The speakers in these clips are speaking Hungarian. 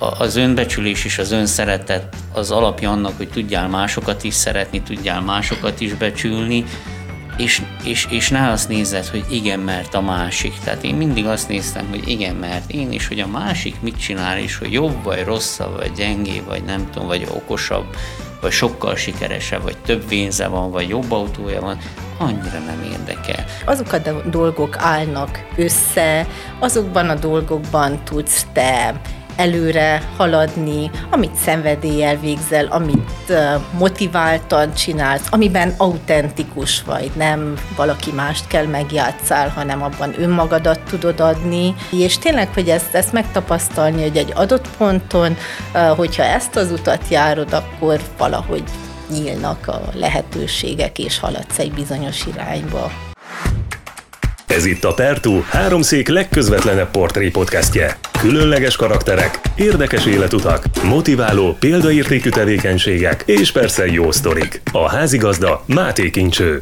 az önbecsülés és az önszeretet az alapja annak, hogy tudjál másokat is szeretni, tudjál másokat is becsülni, és ne azt nézed, hogy igen, mert a másik. Tehát én mindig azt néztem, hogy igen, mert én is, hogy a másik mit csinál, és hogy jobb, vagy rosszabb, vagy gyengébb, vagy nem tudom, vagy okosabb, vagy sokkal sikeresebb, vagy több pénze van, vagy jobb autója van, annyira nem érdekel. Azok a dolgok állnak össze, azokban a dolgokban tudsz te előre haladni, amit szenvedéllyel végzel, amit motiváltan csinálsz, amiben autentikus vagy, nem valaki mást kell megjátszál, hanem abban önmagadat tudod adni. És tényleg, hogy ezt megtapasztalni, hogy egy adott ponton, hogyha ezt az utat járod, akkor valahogy nyílnak a lehetőségek, és haladsz egy bizonyos irányba. Ez itt a Pertú háromszék legközvetlenebb portré podcastje. Különleges karakterek, érdekes életutak, motiváló, példaértékű tevékenységek és persze jó sztorik. A házigazda Máté Kincső.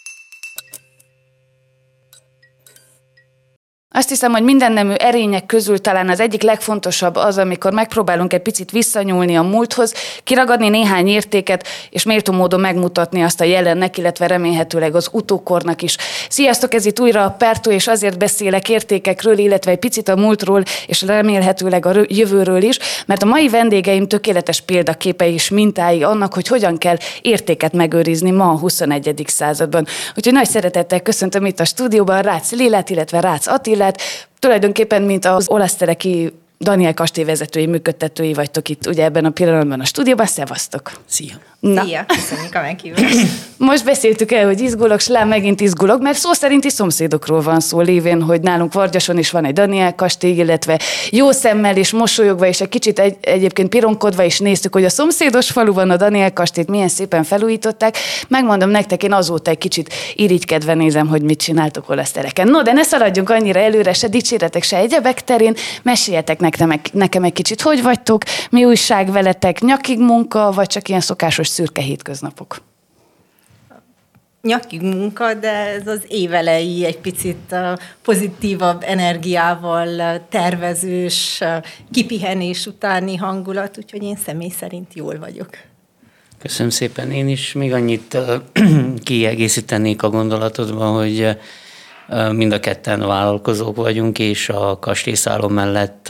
Azt hiszem, hogy mindennemű erények közül talán az egyik legfontosabb az, amikor megpróbálunk egy picit visszanyúlni a múlthoz, kiragadni néhány értéket, és méltó módon megmutatni azt a jelennek, illetve remélhetőleg az utókornak is. Sziasztok, ez itt újra a Pertú, és azért beszélek értékekről, illetve egy picit a múltról, és remélhetőleg a jövőről is, mert a mai vendégeim tökéletes példaképei és mintái annak, hogy hogyan kell értéket megőrizni ma a 21. században. Úgyhogy nagy szeretettel köszöntöm itt a stúdióban Rácz Lillát, illetve Rácz Attilát, tulajdonképpen, mint az olasz-tereki Daniel kastély vezetői, működtetői vagytok itt ugye ebben a pillanatban a stúdióban. Szevasztok! Szia! Szia! Köszönjük a meghívást! Most beszéltük el, hogy izgulok, slám, megint izgulok, mert szó szerinti szomszédokról van szó, lévén, hogy nálunk Vargyason is van egy Daniel kastély, illetve jó szemmel és mosolyogva, és egy kicsit egyébként pironkodva is néztük, hogy a szomszédos faluban a Daniel kastélyt milyen szépen felújították. Megmondom nektek, én azóta egy kicsit irigykedve nézem, hogy mit csináltok olasz-tereken. No, de ne szaladjunk annyira előre, se dicséretek, se egyebek terén, meséljetek nekem egy kicsit, hogy vagytok, mi újság veletek, nyakig munka, vagy csak ilyen szokásos szürke hétköznapok? Nyakig munka, de ez az évelei egy picit pozitívabb energiával tervezős, kipihenés utáni hangulat, úgyhogy én személy szerint jól vagyok. Köszönöm szépen. Én is még annyit kiegészítenék a gondolatodban, hogy mind a ketten vállalkozók vagyunk, és a kastélyszálon mellett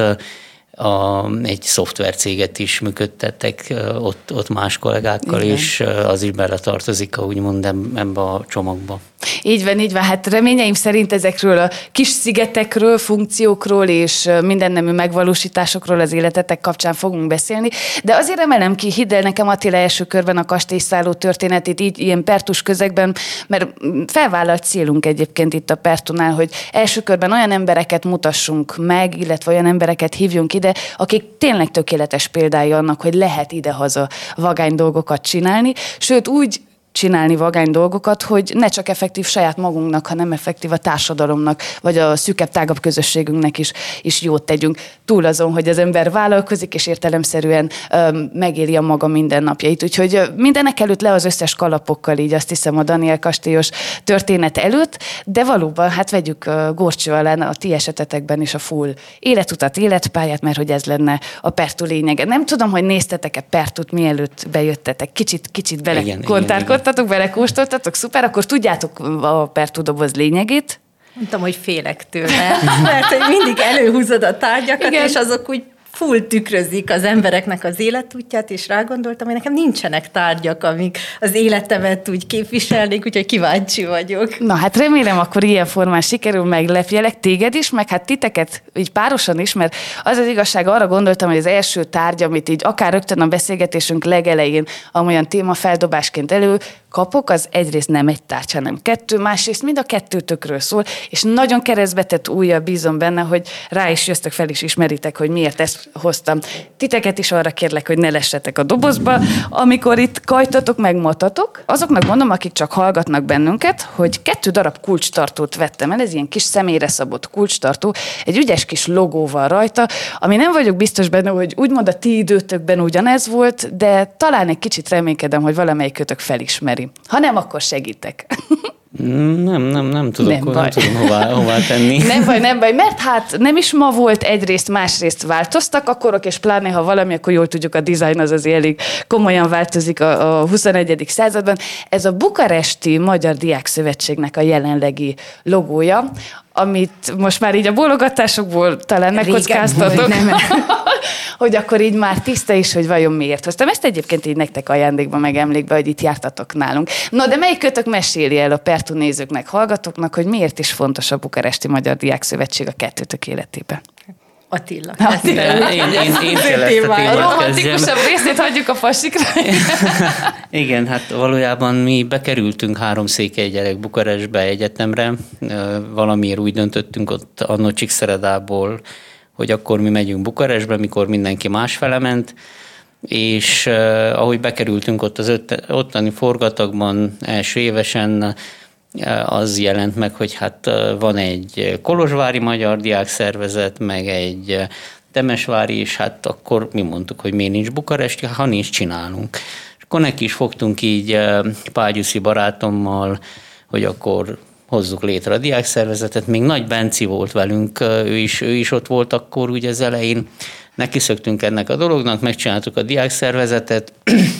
egy szoftvercéget is működtettek ott más kollégákkal, igen. És az is beletartozik, úgymond ebbe a csomagba. Így van. Hát reményeim szerint ezekről a kis szigetekről, funkciókról és mindennemű megvalósításokról az életetek kapcsán fogunk beszélni, de azért emelem ki, hidd el nekem Attila első körben a kastélyszálló történetét így ilyen pertus közegben, mert felvállalt célunk egyébként itt a Pertunál, hogy első körben olyan embereket mutassunk meg, illetve olyan embereket hívjunk ide, akik tényleg tökéletes példái annak, hogy lehet idehaza vagány dolgokat csinálni, sőt úgy csinálni vagány dolgokat, hogy ne csak effektív saját magunknak, hanem effektív a társadalomnak, vagy a szűkebb, tágabb közösségünknek is jót tegyünk. Túl azon, hogy az ember vállalkozik, és értelemszerűen megéli a maga mindennapjait. Úgyhogy mindenek előtt le az összes kalapokkal, így azt hiszem a Daniel kastélyos történet előtt, de valóban, hát vegyük górcső alá a ti esetetekben is a full életutat, életpályát, mert hogy ez lenne a Pertú lényege. Nem tudom, hogy néztetek-e Pertút, mielőtt bejöttetek. Kicsit belekontárkodtatok, belekóstoltatok, szuper, akkor tudjátok a Pertú doboz lényegét. Mondtam, hogy félek tőle, mert hogy mindig előhúzod a tárgyakat, igen. És azok úgy full tükrözik az embereknek az életútját, és rágondoltam, hogy nekem nincsenek tárgyak, amik az életemet úgy képviselnék, úgyhogy kíváncsi vagyok. Na hát remélem, akkor ilyen formán sikerül meglepjelek téged is, meg hát titeket így párosan is, mert az az igazság, arra gondoltam, hogy az első tárgy, amit így akár rögtön a beszélgetésünk legelején amolyan témafeldobásként kapok, az egyrészt nem egy tárgy, hanem kettő, másrészt mind a kettőtökről szól, és nagyon keresztbe tett ujjal bízom benne, hogy rá is jöztök, fel is ismeritek, hogy miért ezt hoztam. Titeket is arra kérlek, hogy ne lessetek a dobozba, amikor itt kajtatok, megmatatok. Azoknak mondom, akik csak hallgatnak bennünket, hogy 2 darab kulcstartót vettem el, ez ilyen kis személyre szabott kulcstartó, egy ügyes kis logóval rajta, ami nem vagyok biztos benne, hogy úgymond a ti időtökben ugyanez volt, de talán egy kicsit reménykedem, hogy valamelyikötök felismeri. Ha nem, akkor segítek. Nem tudom hová tenni. Nem baj, mert hát nem is ma volt egyrészt, másrészt változtak a korok, és pláne ha valami, akkor jól tudjuk, a dizájn az azért elég komolyan változik a 21. században. Ez a Bukaresti Magyar Diákszövetségnek a jelenlegi logója, amit most már így a bólogatásokból talán megkockáztatok, hogy akkor így már tiszta is, hogy vajon miért hoztam. Ezt egyébként így nektek ajándékba, meg emlékbe, hogy itt jártatok nálunk. No, de melyik kötök meséli el a Pertú nézőknek, hallgatóknak, hogy miért is fontos a Bukaresti Magyar Diákszövetség a kettőtök életében? Attila. Én kell ezt a témát a romantikusabb részét hagyjuk a pasikra. Igen, hát valójában mi bekerültünk 3 székely gyerek Bukarestbe egyetemre. Valamiért úgy döntöttünk ott anno Csíkszeredából, hogy akkor mi megyünk Bukarestbe, mikor mindenki másfele ment, és ahogy bekerültünk ott az ottani forgatagban első évesen, az jelent meg, hogy hát van egy kolozsvári magyar diákszervezet, meg egy temesvári, és hát akkor mi mondtuk, hogy miért nincs bukaresti, ha nincs, csinálunk. És akkor neki is fogtunk így Págyuszi barátommal, hogy akkor hozzuk létre a diákszervezetet. Még Nagy Benci volt velünk, ő is ott volt akkor ugye az elején. Nekiszöktünk ennek a dolognak, megcsináltuk a diákszervezetet,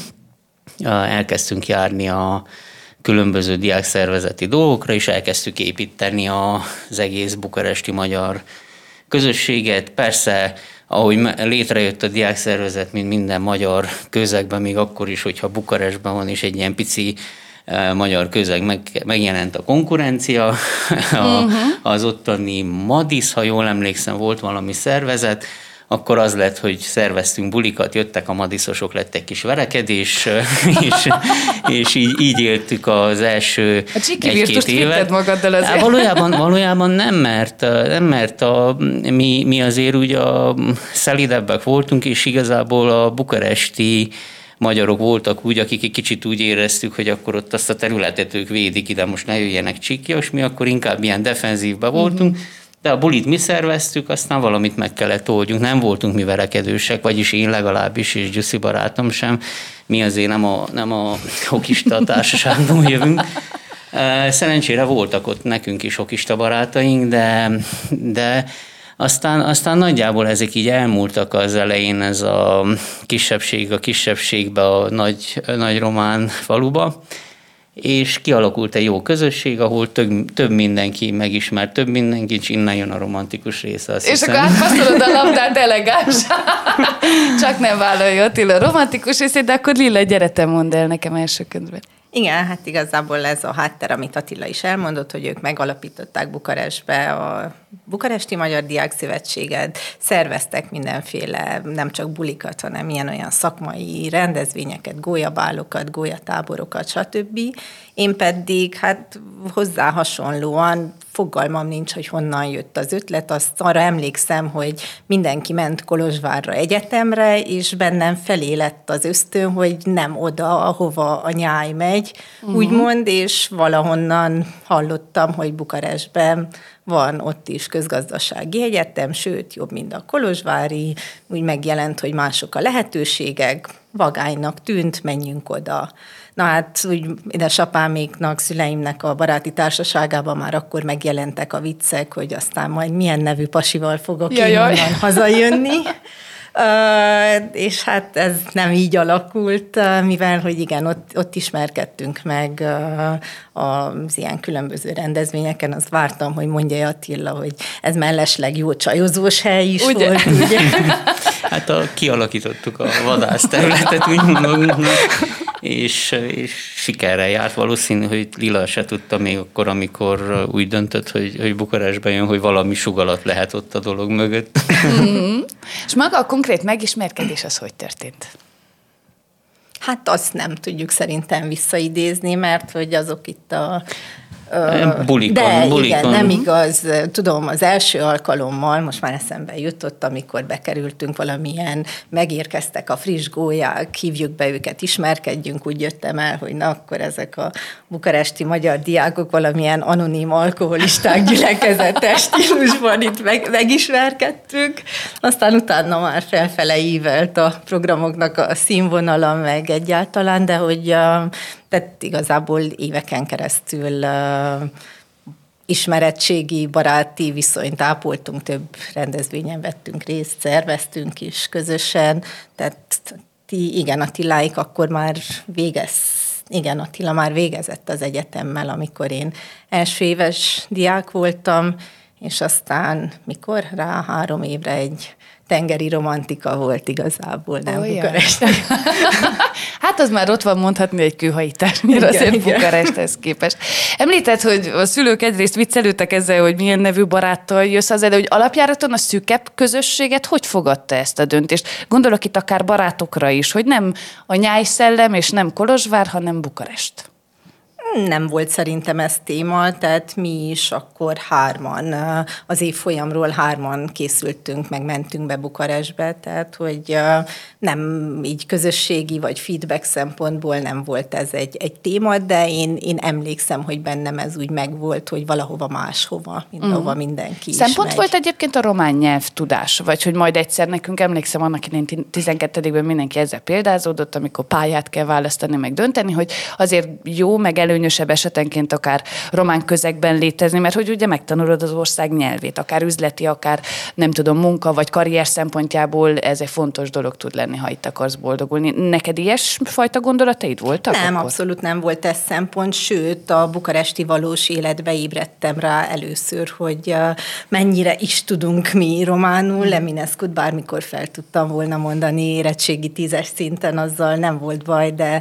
elkezdtünk járni a különböző diákszervezeti dolgokra, és elkezdtük építeni az egész bukaresti magyar közösséget. Persze, ahogy létrejött a diákszervezet, mint minden magyar közegben, még akkor is, hogyha Bukarestben van, és egy ilyen pici magyar közeg, megjelent a konkurencia, az ottani Madisz, ha jól emlékszem, volt valami szervezet, akkor az lett, hogy szerveztünk bulikat, jöttek a madiszosok, lett egy kis verekedés, és így éltük az első egy-két évet. Magaddal azért. Valójában nem, mert mi azért úgy a szelidebbek voltunk, és igazából a bukaresti magyarok voltak úgy, akik egy kicsit úgy éreztük, hogy akkor ott azt a területet ők védik, ide most ne jöjjenek csíkjas, mi akkor inkább ilyen defenzívben voltunk, de a bulit mi szerveztük, aztán valamit meg kellett oldjunk. Nem voltunk mi verekedősek, vagyis én legalábbis, és Gyuszi barátom sem. Mi azért nem a hokista társaságból jövünk. Szerencsére voltak ott nekünk is hokista barátaink, de aztán nagyjából ezek így elmúltak az elején, ez a kisebbségbe a nagy román faluba, és kialakult egy jó közösség, ahol több mindenki megismert több mindenki, és innen jön a romantikus része. És akkor átpasszolod a labdát elegáns. Csak nem vállalja Attila a romantikus részét, de akkor Lilla, gyere, te mondd el nekem első körben. Igen, hát igazából ez a háttér, amit Attila is elmondott, hogy ők megalapították Bukarestbe a Bukaresti Magyar Diákszövetséget, szerveztek mindenféle, nem csak bulikat, hanem ilyen-olyan szakmai rendezvényeket, gólyabálokat, gólyatáborokat, stb. Én pedig hát hozzá hasonlóan fogalmam nincs, hogy honnan jött az ötlet, azt arra emlékszem, hogy mindenki ment Kolozsvárra egyetemre, és bennem felé lett az ösztön, hogy nem oda, ahova a nyáj megy, úgymond, és valahonnan hallottam, hogy Bukarestben van ott is közgazdasági egyetem, sőt, jobb, mint a kolozsvári, úgy megjelent, hogy mások a lehetőségek, vagánynak tűnt, menjünk oda. Na hát, úgy édesapáméknak, szüleimnek a baráti társaságában már akkor megjelentek a viccek, hogy aztán majd milyen nevű pasival fogok én onnan hazajönni. És hát ez nem így alakult, mivel, hogy igen, ott ismerkedtünk meg az ilyen különböző rendezvényeken, azt vártam, hogy mondja Attila, hogy ez mellesleg jó csajozós hely is ugye? Volt, ugye? Hát kialakítottuk a vadászterületet, úgy magunknak, és sikerrel járt. Valószínű, hogy Lila se tudta még akkor, amikor úgy döntött, hogy Bukarestben jön, hogy valami sugalat lehet ott a dolog mögött. Mm-hmm. És maga a konkrét megismerkedés az hogy történt? Hát azt nem tudjuk szerintem visszaidézni, mert hogy azok itt a bulikon. Igen, nem igaz. Tudom, az első alkalommal, most már eszembe jutott, amikor bekerültünk valamilyen, megérkeztek a friss gólyák, hívjuk be őket, ismerkedjünk, úgy jöttem el, hogy na, akkor ezek a bukaresti magyar diákok valamilyen anonim alkoholisták gyülekezete stílusban itt megismerkedtünk. Aztán utána már felfele ívelt a programoknak a színvonala, meg egyáltalán, de hogy Tehát igazából éveken keresztül ismeretségi, baráti viszonyt ápoltunk, több rendezvényen vettünk részt, szerveztünk is közösen, tehát igen, Attiláik akkor már Attila már végezett az egyetemmel, amikor én első éves diák voltam, és aztán rá 3 évre egy tengeri romantika volt igazából, nem Bukarest. Hát az már ott van mondhatni egy kőhajításnyira azért Bukaresthez képest. Említett, hogy a szülők egyrészt viccelődtek ezzel, hogy milyen nevű baráttal jössz haza, de hogy alapjáraton a szűkebb közösséget hogy fogadta ezt a döntést? Gondolok itt akár barátokra is, hogy nem a Nyájszellem és nem Kolozsvár, hanem Bukarest. Nem volt szerintem ez téma, tehát mi is akkor 3-an, az évfolyamról 3-an készültünk, meg mentünk be Bukarestbe, tehát hogy nem így közösségi vagy feedback szempontból nem volt ez egy téma, de én emlékszem, hogy bennem ez úgy megvolt, hogy valahova máshova, mint ahova mindenki is Szempont megy. volt egyébként a román nyelvtudás, vagy hogy majd egyszer nekünk, emlékszem annak idején 12-ben mindenki ezzel példázódott, amikor pályát kell választani, meg dönteni, hogy azért jó, meg előnyösebb esetenként akár román közegben létezni, mert hogy ugye megtanulod az ország nyelvét, akár üzleti, akár nem tudom, munka vagy karrier szempontjából ez egy fontos dolog tud lenni, ha itt akarsz boldogulni. Neked ilyesfajta gondolataid voltak? Nem, akkor? abszolút nem volt ez szempont, sőt a bukaresti valós életbe ébredtem rá először, hogy mennyire is tudunk mi románul, Eminescu-t bármikor fel tudtam volna mondani érettségi 10-es szinten, azzal nem volt baj, de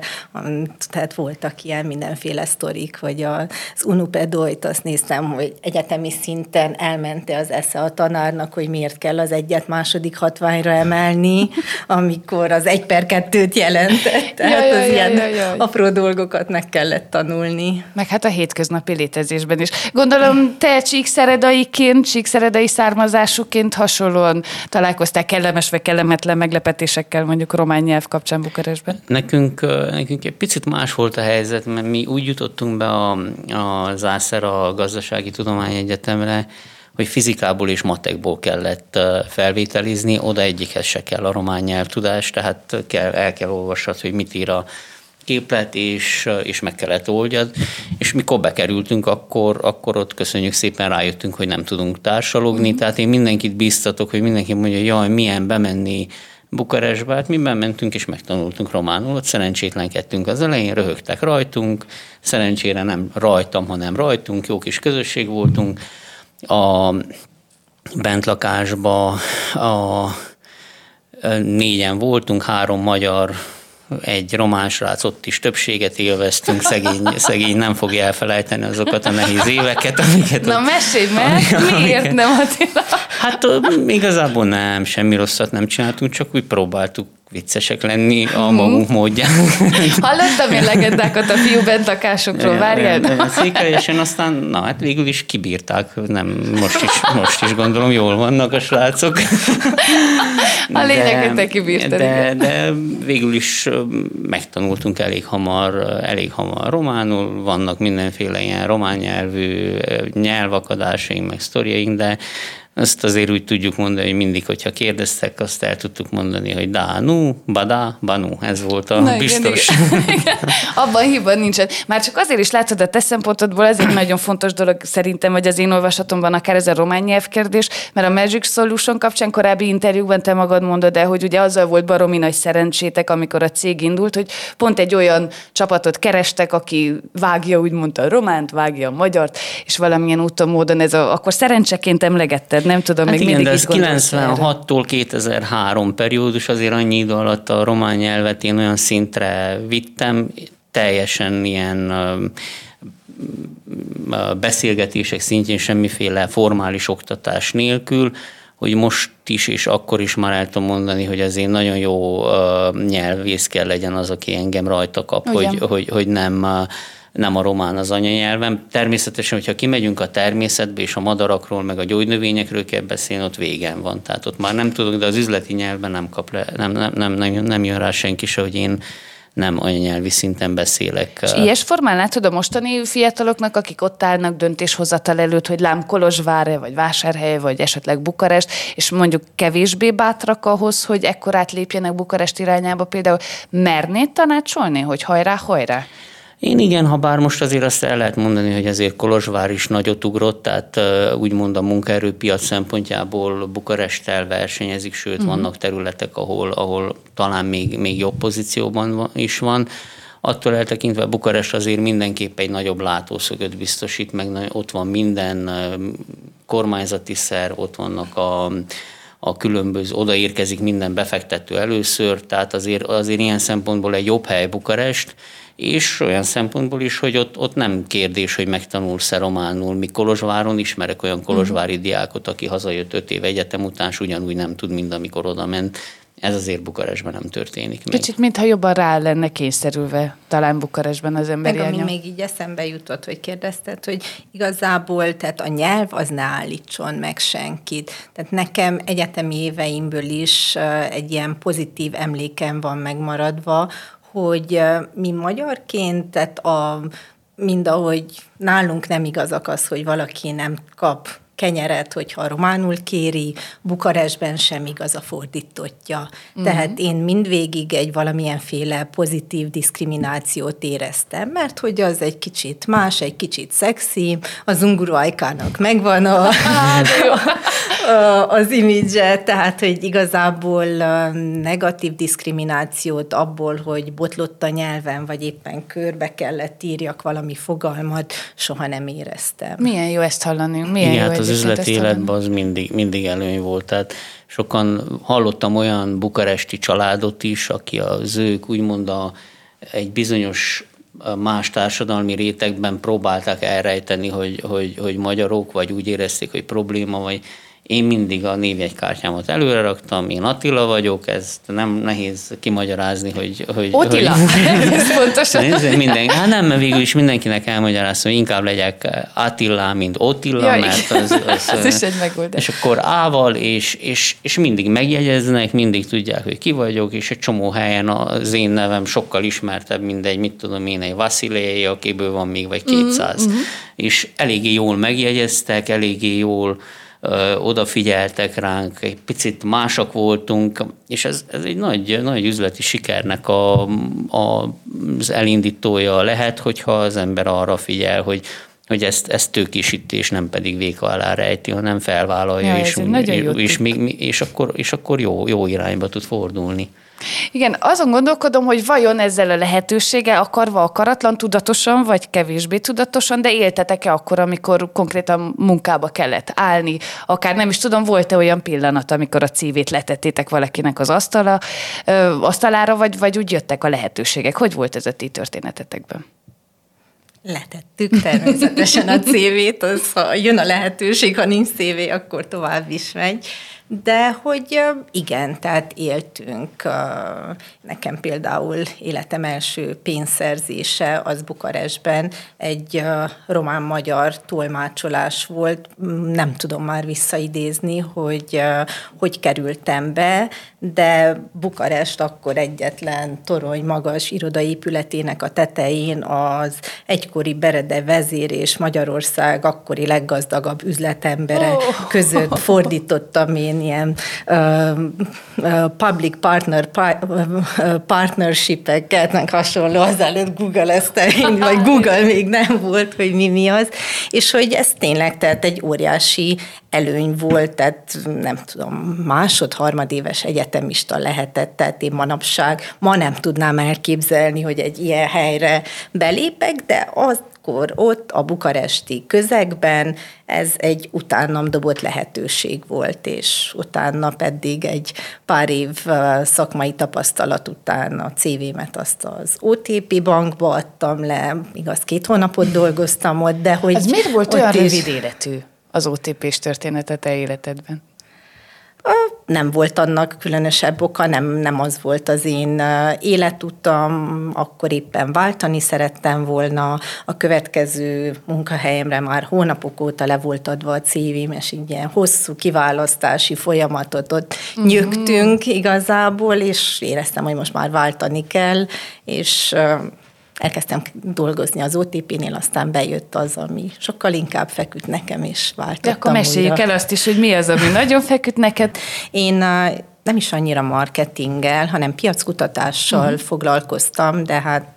tehát voltak ilyen mindenféle sztorik, vagy az Unupedoit, azt néztem, hogy egyetemi szinten elmente az esze a tanárnak, hogy miért kell az 1-et második hatványra emelni, amikor az 1/2 jelentett. Tehát az ilyen apró dolgokat meg kellett tanulni. Meg hát a hétköznapi létezésben is. Gondolom, te csíkszeredai származásúként hasonlóan találkoztál kellemes vagy kellemetlen meglepetésekkel mondjuk román nyelv kapcsán Bukarestben? Nekünk egy picit más volt a helyzet, mert mi úgy jutottunk be a Zászera a Gazdasági Tudományegyetemre, hogy fizikából és matekból kellett felvételizni, oda egyikhez se kell a román nyelvtudás, tehát el kell olvassad, hogy mit ír a képlet, és meg kellett oldjad, és mikor bekerültünk, akkor ott köszönjük szépen rájöttünk, hogy nem tudunk társalogni, tehát én mindenkit bíztatok, hogy mindenki mondja, jaj, milyen bemenni Bukarestbe, hát mi bementünk és megtanultunk románul, ott szerencsétlenkedtünk az elején, röhögtek rajtunk, szerencsére nem rajtam, hanem rajtunk, jó kis közösség voltunk. A bentlakásba 4-en voltunk, 3 magyar, egy román srác, ott is többséget élveztünk, szegény nem fogja elfelejteni azokat a nehéz éveket, amiket... Na mesélj meg, miért nem, Attila? Hát igazából nem, semmi rosszat nem csináltunk, csak úgy próbáltuk viccesek lenni a magunk módján. Hallottam én legendákat a fiú bentlakásokról, várjál. Székelyesen aztán, hát végül is kibírták, nem, most is gondolom, jól vannak a srácok. A lényeg, hogy te kibírtad. De végül is megtanultunk elég hamar románul, vannak mindenféle ilyen román nyelvű nyelvakadásaink, meg sztoriaink, de azt azért úgy tudjuk mondani, hogy mindig, hogyha kérdeztek, azt el tudtuk mondani, hogy dánu, badá, banu. Ez volt a biztos. Igen. Abban hiba nincsen. Már csak azért is látod a te szempontodból, ez egy nagyon fontos dolog szerintem, hogy az én olvasatomban akár ez a román nyelvkérdés, mert a Magic Solution kapcsán korábbi interjúkban te magad mondod el, hogy ugye azzal volt baromi nagy szerencsétek, amikor a cég indult, hogy pont egy olyan csapatot kerestek, aki vágja úgymond a románt, vágja a magyart, és valamilyen úton, módon ez akkor szerencseként emlegetted. Nem tudom, hát még igen, mindig de ez 96-tól 2003 periódus, azért annyi idő alatt a román nyelvet én olyan szintre vittem, teljesen ilyen beszélgetések szintjén semmiféle formális oktatás nélkül, hogy most is és akkor is már el tudom mondani, hogy azért nagyon jó nyelvész kell legyen az, aki engem rajta kap, hogy nem a román az anyanyelvem. Természetesen, hogyha kimegyünk a természetbe, és a madarakról, meg a gyógynövényekről kell beszélni, ott végen van. Tehát ott már nem tudok, de az üzleti nyelven nem jön rá senki se, hogy én nem anyanyelvi szinten beszélek. És ilyes formán látod a mostani fiataloknak, akik ott állnak döntéshozatal előtt, hogy lám Kolozsvár, vagy Vásárhely, vagy esetleg Bukarest, és mondjuk kevésbé bátrak ahhoz, hogy ekkorát lépjenek Bukarest irányába, például mernéd tanácsolni, hogy hajrá? Én igen, ha bár most azért azt el lehet mondani, hogy azért Kolozsvár is nagyot ugrott, tehát úgymond a munkaerőpiac szempontjából Bukaresttel versenyezik, sőt vannak területek, ahol talán még jobb pozícióban is van. Attól eltekintve Bukarest azért mindenképp egy nagyobb látószögöt biztosít, meg ott van minden kormányzati szerv, ott vannak a különböző, odaérkezik minden befektető először, tehát azért ilyen szempontból egy jobb hely Bukarest, és olyan szempontból is, hogy ott nem kérdés, hogy megtanulsz-e románul. Mi Kolozsváron ismerek olyan kolozsvári diákot, aki hazajött 5 év egyetem után, és ugyanúgy nem tud, mint amikor oda ment. Ez azért Bukarestben nem történik meg. Kicsit, mintha jobban rá lenne kényszerülve talán Bukarestben az emberi meg, ami anya. még így eszembe jutott, hogy kérdezted, hogy igazából tehát a nyelv az ne állítson meg senkit. Tehát nekem egyetemi éveimből is egy ilyen pozitív emlékem van megmaradva, hogy mi magyarként, tehát mindahogy nálunk nem igazak az, hogy valaki nem kap kenyeret, hogyha románul kéri, Bukarestben sem igaz a fordítottja. Tehát én mindvégig egy valamilyenféle pozitív diszkriminációt éreztem, mert hogy az egy kicsit más, egy kicsit szexi, az Unguru Ajkának megvan az imidzse, tehát hogy igazából negatív diszkriminációt abból, hogy botlott a nyelven, vagy éppen körbe kellett írjak valami fogalmat, soha nem éreztem. Milyen jó ezt hallani. Milyen igen, jó hát az üzleti életben az mindig előny volt. Tehát sokan hallottam olyan bukaresti családot is, aki az ők úgymond egy bizonyos más társadalmi rétegben próbálták elrejteni, hogy magyarok, vagy úgy érezték, hogy probléma, vagy én mindig a névjegykártyámat előre raktam, én Attila vagyok, ezt nem nehéz kimagyarázni, hogy... Attila? Ez pontosan. Hát nem, mert végül is mindenkinek elmagyaráztam, hogy inkább legyek Attila, mint Ottila, mert az is egy megoldás. És akkor A-val, és mindig megjegyeznek, mindig tudják, hogy ki vagyok, és egy csomó helyen az én nevem sokkal ismertebb, mint egy Vasilij, akiből van még vagy 200. És eléggé jól megjegyeztek, eléggé jól odafigyeltek ránk, egy picit másak voltunk, és ez egy nagy üzleti sikernek az elindítója lehet, hogyha az ember arra figyel, hogy ezt tőkésítés nem pedig véka alá rejti, hanem felvállalja, és akkor jó irányba tud fordulni. Igen, azon gondolkodom, hogy vajon ezzel a lehetőséggel akarva, akaratlan, tudatosan, vagy kevésbé tudatosan, de éltetek-e akkor, amikor konkrétan munkába kellett állni? Akár nem is tudom, volt-e olyan pillanat, amikor a CV-t letettétek valakinek az asztalára, vagy úgy jöttek a lehetőségek? Hogy volt ez a ti történetetekben? Letettük természetesen a CV-t, ha jön a lehetőség, ha nincs CV, akkor tovább is megy. De hogy igen, tehát éltünk. Nekem például életem első pénzszerzése az Bukarestben egy román-magyar tolmácsolás volt. Nem tudom már visszaidézni, hogy kerültem be, de Bukarest akkor egyetlen torony magas irodaépületének a tetején az egykori Berede vezér és Magyarország akkori leggazdagabb üzletembere között fordítottam én ilyen public partnership-eket, meg hasonló, azelőtt Google-eztem, vagy Google még nem volt, hogy mi az, és hogy ez tényleg tehát egy óriási előny volt, tehát nem tudom, másod-harmadéves egyetemista lehetett, tehát én manapság ma nem tudnám elképzelni, hogy egy ilyen helyre belépek, de akkor ott a bukaresti közegben ez egy utánam dobott lehetőség volt, és utána pedig egy pár év szakmai tapasztalat után a CV-met azt az OTP bankba adtam le, igaz 2 hónapot dolgoztam ott, de hogy... Az miért volt olyan rövid életű az OTP-s történet a te életedben? Nem volt annak különösebb oka, nem az volt az én életutam, akkor éppen váltani szerettem volna, a következő munkahelyemre már hónapok óta le volt adva a CV-m, és így ilyen hosszú kiválasztási folyamatot ott nyögtünk igazából, és éreztem, hogy most már váltani kell, és elkezdtem dolgozni az OTP-nél, aztán bejött az, ami sokkal inkább feküdt nekem, és váltottam. De akkor meséljük el azt is, hogy mi az, ami nagyon feküdt neked. Én nem is annyira marketinggel, hanem piackutatással foglalkoztam, de hát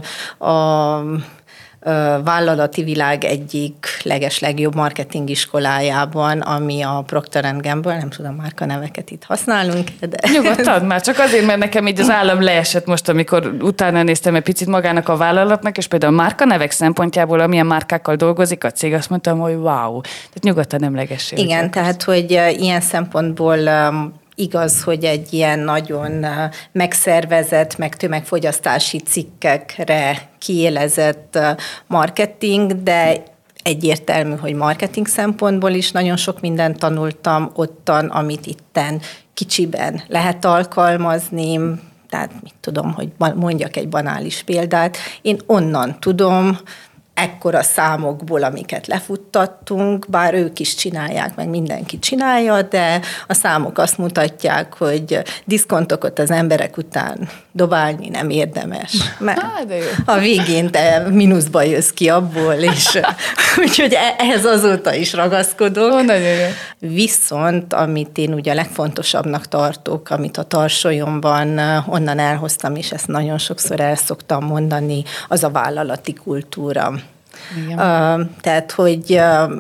a vállalati világ egyik legeslegjobb marketing iskolájában, ami a Procter & Gamble, nem tudom, márkaneveket itt használunk, de... Nyugodtan, már csak azért, mert nekem így az állam leesett most, amikor utána néztem egy picit magának a vállalatnak, és például a márkanevek szempontjából, amilyen márkákkal dolgozik a cég, azt mondtam, hogy wow, tehát nyugodtan emlegessél. Igen, tehát, hogy ilyen szempontból igaz, hogy egy ilyen nagyon megszervezett, meg tömegfogyasztási cikkekre kiélezett marketing, de egyértelmű, hogy marketing szempontból is nagyon sok mindent tanultam ottan, amit itten kicsiben lehet alkalmazni, tehát mit tudom, hogy mondjak egy banális példát. Én onnan tudom, ekkora számokból, amiket lefuttattunk, bár ők is csinálják, meg mindenki csinálja, de a számok azt mutatják, hogy diszkontokat az emberek után dobálni nem érdemes. Mert a végén te mínuszba jössz ki abból, és úgyhogy ehhez azóta is ragaszkodok. Viszont, amit én ugye a legfontosabbnak tartok, amit a tarsolyomban onnan elhoztam, és ezt nagyon sokszor el szoktam mondani, az a vállalati kultúra. Tehát, hogy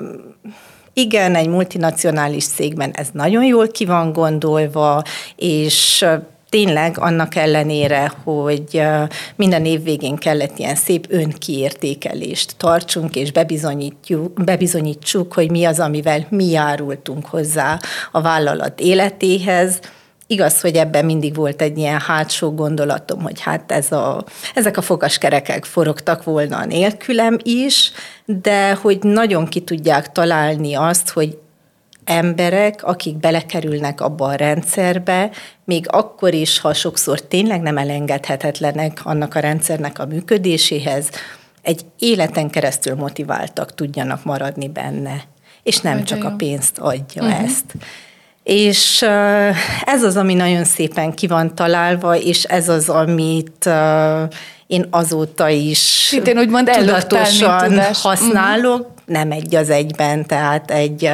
igen, egy multinacionális cégben ez nagyon jól ki van gondolva, és tényleg annak ellenére, hogy minden év végén kellett ilyen szép önkiértékelést tartsunk, és bebizonyítsuk, hogy mi az, amivel mi járultunk hozzá a vállalat életéhez. Igaz, hogy ebben mindig volt egy ilyen hátsó gondolatom, hogy hát ezek a fogaskerekek forogtak volna nélkülem is, de hogy nagyon ki tudják találni azt, hogy emberek, akik belekerülnek abba a rendszerbe, még akkor is, ha sokszor tényleg nem elengedhetetlenek annak a rendszernek a működéséhez, egy életen keresztül motiváltak tudjanak maradni benne. És nem nagyon csak jó. A pénzt adja ezt. És ez az, ami nagyon szépen ki van találva, és ez az, amit én azóta is tudatosan használok, nem egy az egyben, tehát egy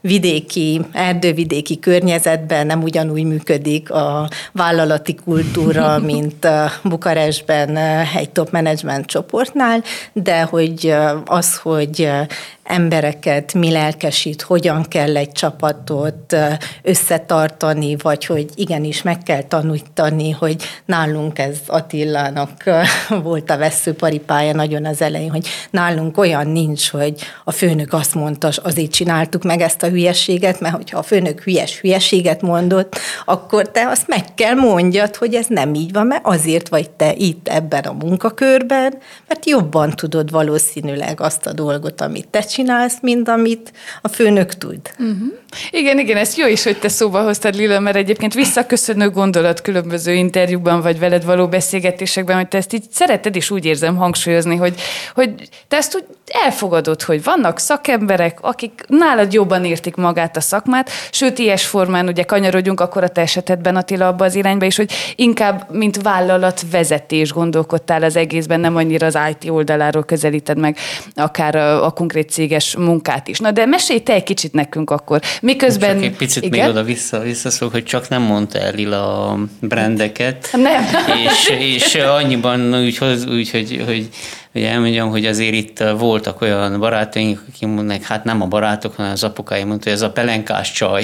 erdővidéki környezetben nem ugyanúgy működik a vállalati kultúra, mint Bukarestben egy top management csoportnál, de hogy az, hogy embereket mi lelkesít, hogyan kell egy csapatot összetartani, vagy hogy igenis meg kell tanítani, hogy nálunk ez Attilának volt a vesszőparipája nagyon az elején, hogy nálunk olyan nincs, hogy a főnök azt mondta, azért csináltuk meg ezt a hülyeséget, mert hogyha a főnök hülyeséget mondott, akkor te azt meg kell mondjad, hogy ez nem így van, mert azért vagy te itt ebben a munkakörben, mert jobban tudod valószínűleg azt a dolgot, amit te csinálsz, mint amit a főnök tud. Igen, ez jó is, hogy te szóba hoztad, Lila, mert egyébként visszaköszönő gondolat különböző interjúkban, vagy veled való beszélgetésekben, hogy te ezt így szereted, és úgy érzem hangsúlyozni, hogy te ezt úgy elfogadod, hogy vannak szakemberek, akik nálad jobban értik magát a szakmát, sőt, ilyes formán ugye kanyarodjunk akkor a te esetedben, Attila, abba az irányba is, hogy inkább, mint vállalatvezetés gondolkodtál az egészben, nem annyira az IT oldaláról közelíted meg akár a konkrét céges munkát is. Na, de mesélj te egy kicsit nekünk akkor. Miközben... Csak egy picit igen? Még oda visszaszól, hogy csak nem mondta el Lila a brandeket. Nem. És annyiban úgy, hogy elmondjam, hogy azért itt voltak olyan barátaink, akik mondják, hát nem a barátok, hanem az apukáim mondta, hogy ez a pelenkás csaj.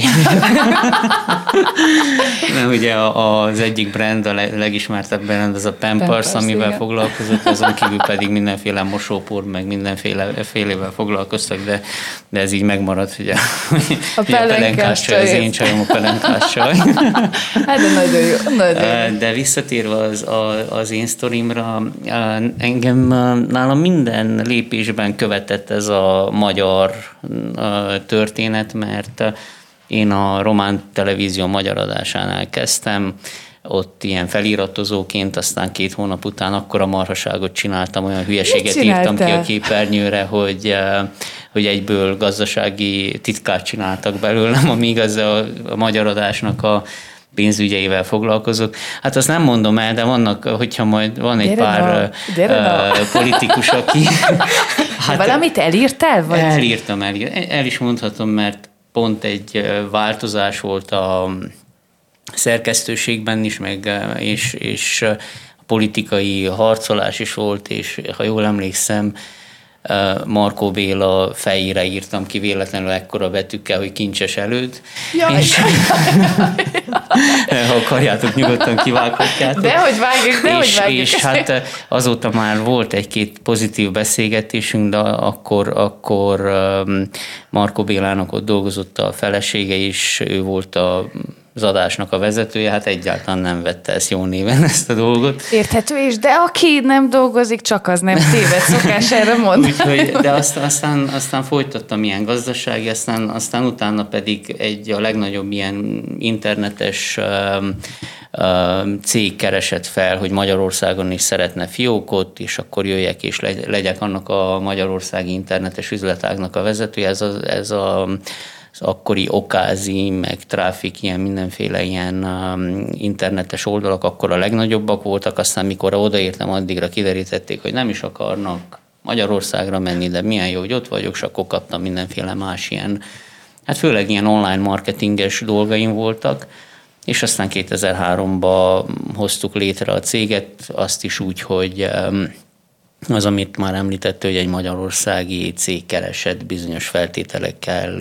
Mert ugye az egyik brand, a legismertebb brand, az a Pampers, amivel igen. foglalkozott, azon kívül pedig mindenféle mosópor, meg mindenfélevel foglalkoztak, de ez így megmaradt, hogy a pelenkás csaj, az én csajom a pelenkás csaj. Hát de nagyon jó. De visszatérve az én sztorimra, engem nálam minden lépésben követett ez a magyar történet, mert én a Román Televízió magyar adásánál kezdtem, ott ilyen feliratozóként, aztán 2 hónap után akkora marhaságot csináltam, olyan hülyeséget írtam ki a képernyőre, hogy egyből gazdasági titkát csináltak belőlem, amíg az a magyar adásnak a pénzügyeivel foglalkozok. Hát azt nem mondom el, de vannak, hogyha majd van egy pár politikus, aki... Hát, valamit elírtál? Vagy? Elírtam, el is mondhatom, mert pont egy változás volt szerkesztőségben is, és politikai harcolás is volt, és ha jól emlékszem, Markó Béla fejére írtam ki véletlenül ekkora betűkkel, hogy Kincses előtt. És ha akarjátok, nyugodtan kivághatjátok. Dehogy vágjuk. És hát azóta már volt egy-két pozitív beszélgetésünk, de akkor Markó Bélának ott dolgozott a felesége is, ő volt az adásnak a vezetője, hát egyáltalán nem vette ezt jó néven, ezt a dolgot. Érthető is, de aki nem dolgozik, csak az nem téved, szokás erre mondani. Úgyhogy, de aztán folytattam ilyen gazdasági, aztán utána pedig a legnagyobb ilyen internetes cég keresett fel, hogy Magyarországon is szeretne fiókot, és akkor jöjjek és legyek annak a magyarországi internetes üzletágnak a vezetője. Ez az akkori Okázi, meg Traffic, ilyen mindenféle ilyen internetes oldalak akkor a legnagyobbak voltak, aztán mikor odaértem, addigra kiderítették, hogy nem is akarnak Magyarországra menni, de milyen jó, hogy ott vagyok, és akkor kaptam mindenféle más ilyen, hát főleg ilyen online marketinges dolgaim voltak, és aztán 2003-ban hoztuk létre a céget, azt is úgy, hogy az, amit már említett, hogy egy magyarországi cég keresett bizonyos feltételekkel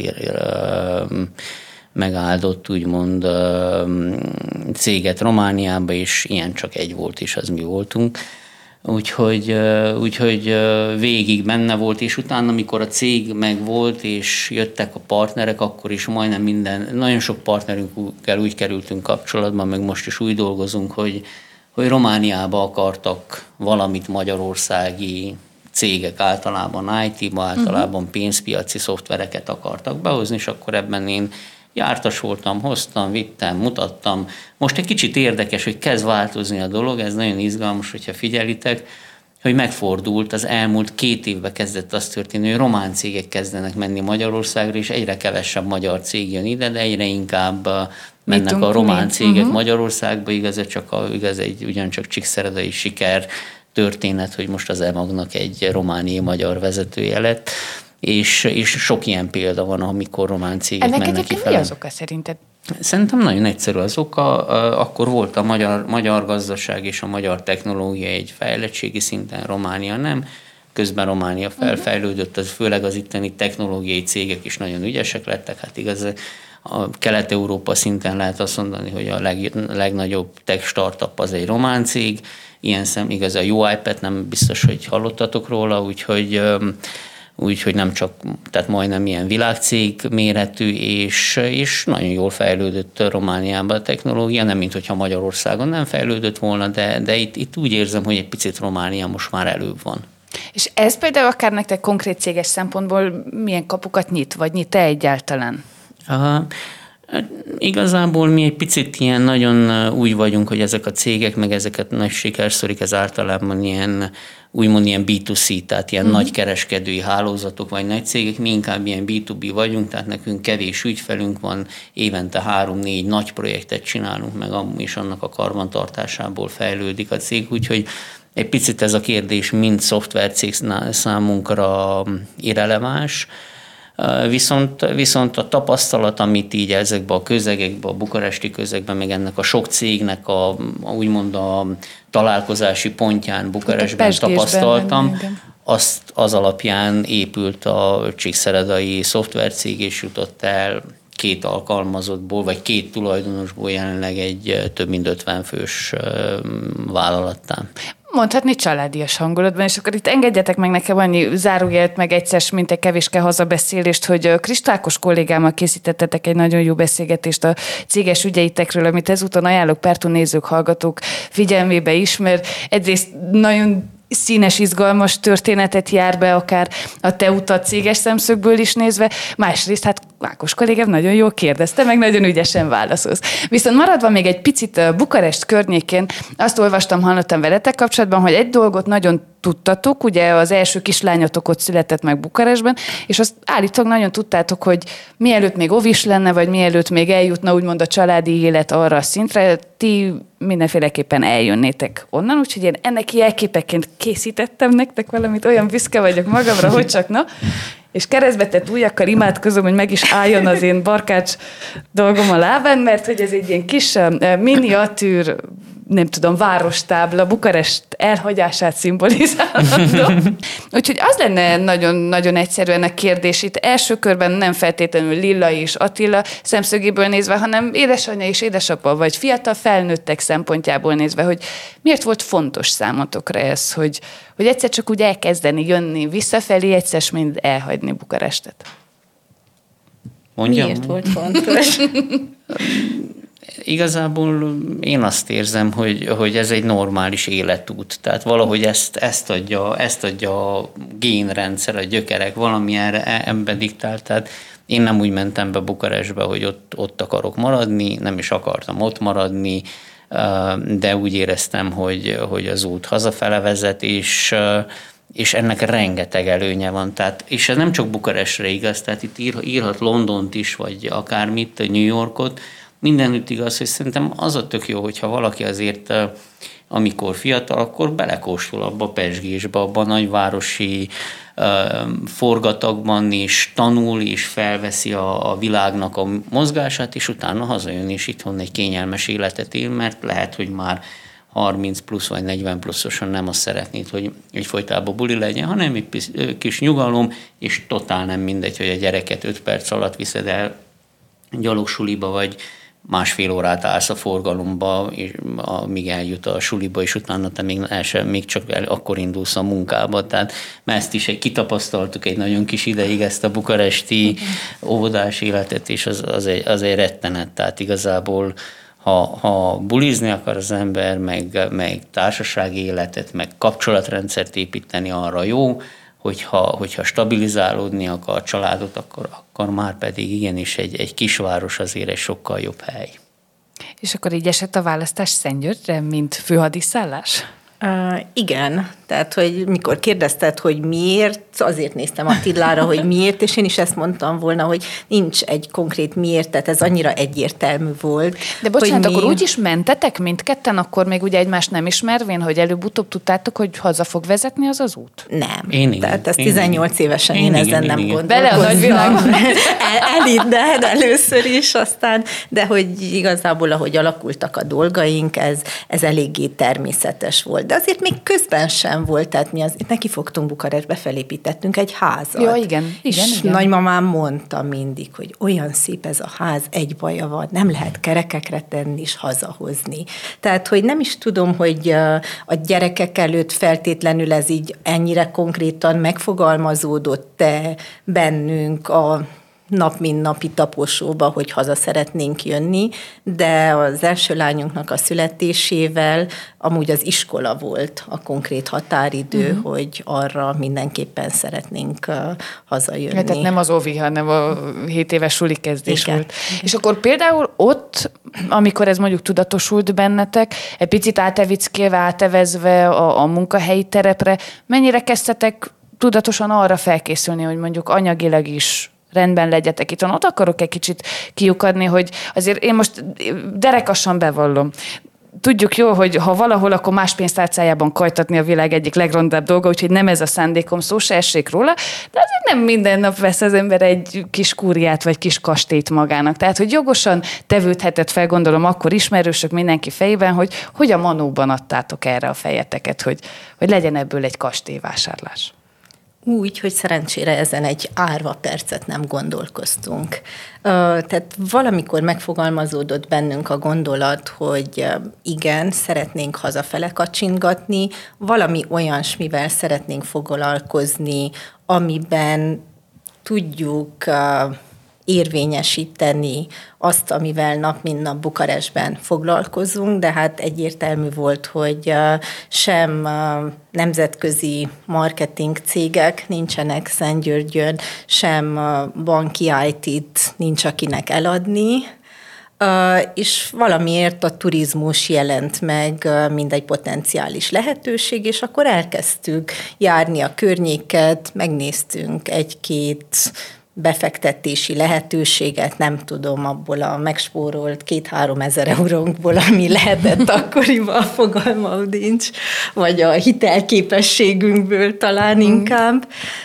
megáldott, úgymond céget Romániába, és ilyen csak egy volt, és az mi voltunk. Úgyhogy végig benne volt, és utána, amikor a cég megvolt, és jöttek a partnerek, akkor is majdnem nagyon sok partnerünkkel úgy kerültünk kapcsolatban, meg most is úgy dolgozunk, hogy Romániába akartak valamit magyarországi cégek, általában IT-ba, általában pénzpiaci szoftvereket akartak behozni, és akkor ebben én jártas voltam, hoztam, vittem, mutattam. Most egy kicsit érdekes, hogy kezd változni a dolog, ez nagyon izgalmas, hogyha figyelitek, hogy megfordult, az elmúlt 2 évben kezdett az történni, hogy román cégek kezdenek menni Magyarországra, és egyre kevesebb magyar cég jön ide, de egyre inkább mennek a román cégek Magyarországba, igaz egy ugyancsak csíkszeredai siker történet, hogy most az EMAG-nak egy romániai magyar vezetője lett, és sok ilyen példa van, amikor román cégek mennek kifele. Ennek egyébként mi az oka szerinted? Szerintem nagyon egyszerű az oka. Akkor volt a magyar gazdaság és a magyar technológia egy fejlettségi szinten, Románia nem. Közben Románia felfejlődött, az főleg az itteni technológiai cégek is nagyon ügyesek lettek. Hát igaz, a Kelet-Európa szinten lehet azt mondani, hogy a legnagyobb tech startup az egy román cég. Ilyen igaz, a UiPath nem biztos, hogy hallottatok róla, úgyhogy nem csak, tehát majdnem ilyen világcég méretű, és nagyon jól fejlődött Romániában a technológia, nem mint hogyha Magyarországon nem fejlődött volna, de itt úgy érzem, hogy egy picit Románia most már előbb van. És ez például akár nektek konkrét céges szempontból milyen kapukat nyit, vagy nyit-e egyáltalán? Igazából mi egy picit ilyen nagyon úgy vagyunk, hogy ezek a cégek, meg ezeket nagy sikersztorik, ez általában ilyen, úgymond ilyen B2C, tehát ilyen nagy kereskedői hálózatok, vagy nagy cégek, mi inkább ilyen B2B vagyunk, tehát nekünk kevés ügyfelünk van, évente 3-4 nagy projektet csinálunk, meg és annak a karbantartásából fejlődik a cég, úgyhogy egy picit ez a kérdés mind szoftvercég számunkra irreleváns, Viszont a tapasztalat, amit így ezekben a közegekben, a bukaresti közegben, meg ennek a sok cégnek úgymond a találkozási pontján Bukarestben tapasztaltam, az alapján épült a csíkszeredai szoftvercég, és jutott el 2 alkalmazottból, vagy 2 tulajdonosból jelenleg egy több mint 50 fős vállalattá. Mondhatni családias hangulatban, és akkor itt engedjetek meg nekem annyi zárójelet, meg egyszer, mint egy kevéske hazabeszélést, hogy Kristákos kollégámmal készítettetek egy nagyon jó beszélgetést a céges ügyeitekről, amit ezúton ajánlok Pertú nézők, hallgatók figyelmébe is, mert egyrészt nagyon színes, izgalmas történetet jár be, akár a te utat céges szemszögből is nézve, másrészt hát Ákos kollégám nagyon jól kérdezte, meg nagyon ügyesen válaszolsz. Viszont maradva még egy picit Bukarest környékén, azt olvastam, hallottam veletek kapcsolatban, hogy egy dolgot nagyon tudtatok, ugye az első kislányotok ott született meg Bukarestben, és azt állítólag nagyon tudtátok, hogy mielőtt még ovis lenne, vagy mielőtt még eljutna úgymond a családi élet arra a szintre, ti mindenféleképpen eljönnétek onnan, úgyhogy én ennek jelképeként készítettem nektek valamit, olyan büszke vagyok magamra, hogy csak na. és keresztbe tett ujjakkal imádkozom, hogy meg is álljon az én barkács dolgom a lábán, mert hogy ez egy ilyen kis miniatűr, nem tudom, várostábla, Bukarest elhagyását szimbolizálható. Úgyhogy az lenne nagyon egyszerűen a kérdés. Itt első körben nem feltétlenül Lilla és Attila szemszögéből nézve, hanem édesanyja és édesapa, vagy fiatal felnőttek szempontjából nézve, hogy miért volt fontos számotokra ez, hogy egyszer csak úgy elkezdeni jönni visszafelé, egyszer mind elhagyni Bukarestet. Mondjam? Miért volt fontos? Igazából én azt érzem, hogy ez egy normális életút. Tehát valahogy ezt adja a génrendszer, a gyökerek, valamilyen ember diktál. Tehát én nem úgy mentem be Bukarestbe, hogy ott akarok maradni, nem is akartam ott maradni, de úgy éreztem, hogy az út hazafele vezet, és ennek rengeteg előnye van. Tehát, és ez nem csak Bukarestre igaz, tehát itt írhat Londont is, vagy akármit, New Yorkot, mindenütt igaz, hogy szerintem az a tök jó, hogyha valaki azért, amikor fiatal, akkor belekóstol abba a pezsgésbe, abba a nagyvárosi forgatagban, és tanul, és felveszi a világnak a mozgását, és utána hazajön, és itthon egy kényelmes életet él, mert lehet, hogy már 30 plusz vagy 40 pluszosan nem azt szeretnéd, hogy egyfolytában buli legyen, hanem egy kis nyugalom, és totál nem mindegy, hogy a gyereket 5 perc alatt viszed el gyalogsuliba, vagy másfél órát állsz a forgalomba, és amíg eljut a suliba, és utána te még csak akkor indulsz a munkába. Tehát ezt is kitapasztaltuk egy nagyon kis ideig, ezt a bukaresti óvodás életet, és az egy rettenet. Tehát igazából, ha bulizni akar az ember, meg társasági életet, meg kapcsolatrendszert építeni, arra jó, hogyha stabilizálódni akar családot, akkor már pedig igenis egy kisváros azért egy sokkal jobb hely. És akkor így esett a választás Szentgyörgyre, mint főhadiszállás? Igen, tehát, hogy mikor kérdezted, hogy miért, azért néztem Attilára, hogy miért, és én is ezt mondtam volna, hogy nincs egy konkrét miért, tehát ez annyira egyértelmű volt. De bocsánat, akkor úgy is mentetek mindketten, akkor még ugye egymást nem ismervén, hogy előbb-utóbb tudtátok, hogy haza fog vezetni az út? Nem. Én igen. Tehát ez 18 évesen én ezen nem gondolkoztam. Bele a nagyvilágban. Elitted először is, aztán, de hogy igazából, ahogy alakultak a dolgaink, ez eléggé természetes volt. De azért még közben sem volt, tehát mi neki fogtunk Bukarestbe, felépítettünk egy házat. Ja, igen. És nagymamám mondta mindig, hogy olyan szép ez a ház, egy baja van, nem lehet kerekekre tenni és hazahozni. Tehát, hogy nem is tudom, hogy a gyerekek előtt feltétlenül ez így ennyire konkrétan megfogalmazódott-e bennünk a nap mint napi taposóba, hogy haza szeretnénk jönni, de az első lányunknak a születésével amúgy az iskola volt a konkrét határidő, hogy arra mindenképpen szeretnénk hazajönni. Tehát nem az ovi, hanem a 7 éves suli kezdés igen. volt. És akkor például ott, amikor ez mondjuk tudatosult bennetek, egy picit átevickélve, átevezve a munkahelyi terepre, mennyire kezdtetek tudatosan arra felkészülni, hogy mondjuk anyagilag is rendben legyetek itt. Ott akarok egy kicsit kiukadni, hogy azért én most derekassan bevallom. Tudjuk jól, hogy ha valahol, akkor más pénztárcájában kajtatni a világ egyik legrondább dolga, úgyhogy nem ez a szándékom, szó se essék róla, de azért nem minden nap vesz az ember egy kis kúriát vagy kis kastélyt magának. Tehát, hogy jogosan tevődhetett fel, gondolom, akkor ismerősök mindenki fejében, hogy a manóban adtátok erre a fejeteket, hogy legyen ebből egy kastélyvásárlás. Úgy, hogy szerencsére ezen egy árva percet nem gondolkoztunk. Tehát valamikor megfogalmazódott bennünk a gondolat, hogy igen, szeretnénk hazafele kacsingatni, valami olyasmivel szeretnénk foglalkozni, amiben tudjuk érvényesíteni azt, amivel nap mint nap Bukarestben foglalkozunk, de hát egyértelmű volt, hogy sem nemzetközi marketing cégek nincsenek Szentgyörgyön, sem banki IT-t nincs akinek eladni, és valamiért a turizmus jelent meg, mint egy potenciális lehetőség, és akkor elkezdtük járni a környéket, megnéztünk egy-két befektetési lehetőséget, nem tudom, abból a megspórolt 2-3 ezer eurónkból, ami lehetett akkoriban, fogalmam nincs, vagy a hitelképességünkből talán inkább.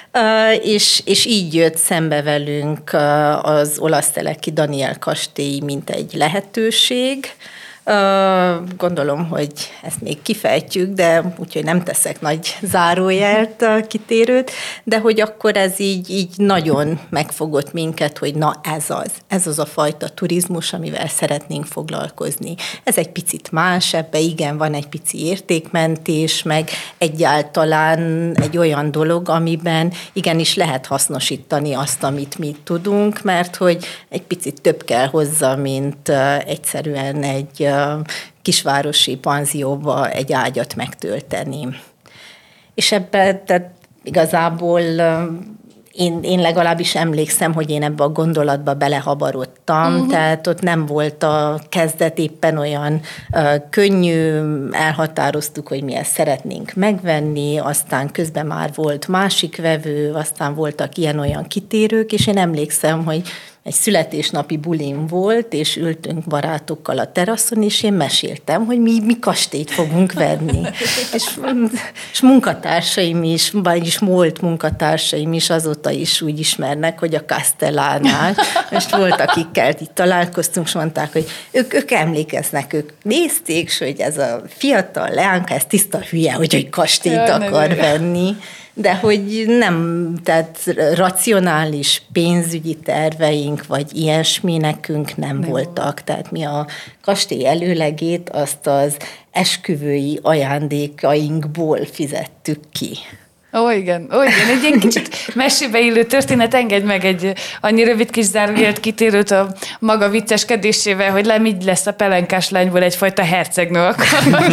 és így jött szembe velünk az olasz teleki Daniel kastély, mint egy lehetőség. Gondolom, hogy ezt még kifejtjük, de úgyhogy nem teszek nagy zárójelt kitérőt, de hogy akkor ez így nagyon megfogott minket, hogy na ez az a fajta turizmus, amivel szeretnénk foglalkozni. Ez egy picit más, ebben igen, van egy pici értékmentés, meg egyáltalán egy olyan dolog, amiben igenis lehet hasznosítani azt, amit mi tudunk, mert hogy egy picit több kell hozzá, mint egyszerűen egy kisvárosi panzióba egy ágyat megtölteni. És ebben tehát igazából én legalábbis emlékszem, hogy én ebbe a gondolatba belehabarodtam, tehát ott nem volt a kezdet éppen olyan könnyű, elhatároztuk, hogy mi ezt szeretnénk megvenni, aztán közben már volt másik vevő, aztán voltak ilyen-olyan kitérők, és én emlékszem, hogy egy születésnapi bulim volt, és ültünk barátokkal a teraszon, és én meséltem, hogy mi kastélyt fogunk venni. és munkatársaim is, vagyis volt munkatársaim is azóta is úgy ismernek, hogy a Castellánál. Most volt, akikkel itt találkoztunk, és mondták, hogy ők emlékeznek, ők nézték, és hogy ez a fiatal leánka, ez tiszta hülye, hogy kastélyt akar venni. De hogy nem, tehát racionális pénzügyi terveink, vagy ilyesmi nekünk nem voltak. Tehát mi a kastély előlegét azt az esküvői ajándékainkból fizettük ki. Ó, igen, egy ilyen kicsit mesébe illő történet, engedj meg egy annyi rövid kis zárójelet kitérőt a maga vicceskedésével, hogy így lesz a pelenkás lányból egyfajta hercegnő, akkor,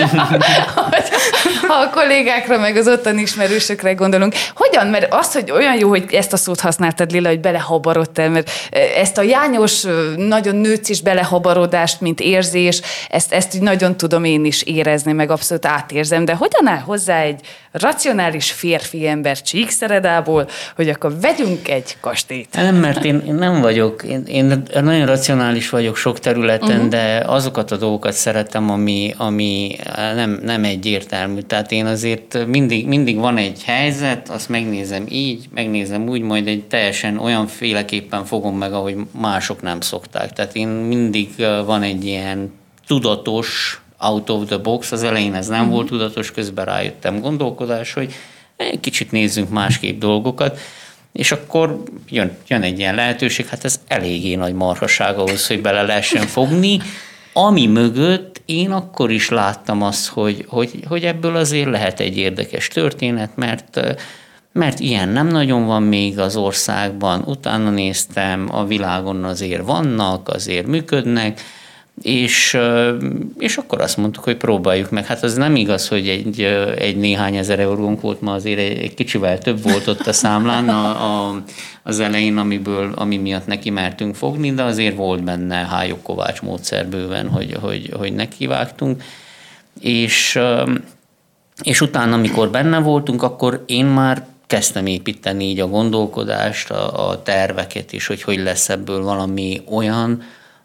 ha a kollégákra, meg az ottan ismerősökre gondolunk. Hogyan? Mert az, hogy olyan jó, hogy ezt a szót használtad, Lilla, hogy belehabarodtál, mert ezt a jányos, nagyon nőcis belehabarodást, mint érzés, ezt így nagyon tudom én is érezni, meg abszolút átérzem, de hogyan áll hozzá egy racionális férfi ember Csíkszeredából, hogy akkor vegyünk egy kastélyt? Nem, mert én nem vagyok, én nagyon racionális vagyok sok területen, de azokat a dolgokat szeretem, ami nem egyértelmű. Tehát én azért mindig van egy helyzet, azt megnézem így, megnézem úgy, majd egy teljesen olyan féleképpen fogom meg, ahogy mások nem szokták. Tehát én mindig van egy ilyen tudatos out of the box, az elején ez nem volt tudatos, közben rájöttem gondolkodás, hogy kicsit nézzünk másképp dolgokat, és akkor jön egy ilyen lehetőség, hát ez eléggé nagy marhaság ahhoz, hogy bele lehessen fogni, ami mögött én akkor is láttam azt, hogy ebből azért lehet egy érdekes történet, mert ilyen nem nagyon van még az országban, utána néztem, a világon azért vannak, azért működnek, és akkor azt mondtuk, hogy próbáljuk meg. Hát az nem igaz, hogy egy néhány ezer eurónk volt, ma azért egy kicsivel több volt ott a számlán az elején, ami miatt neki mertünk fogni, de azért volt benne Hájok Kovács módszer bőven, hogy nekivágtunk. És utána, amikor benne voltunk, akkor én már kezdtem építeni így a gondolkodást, a terveket is, hogy lesz ebből valami olyan,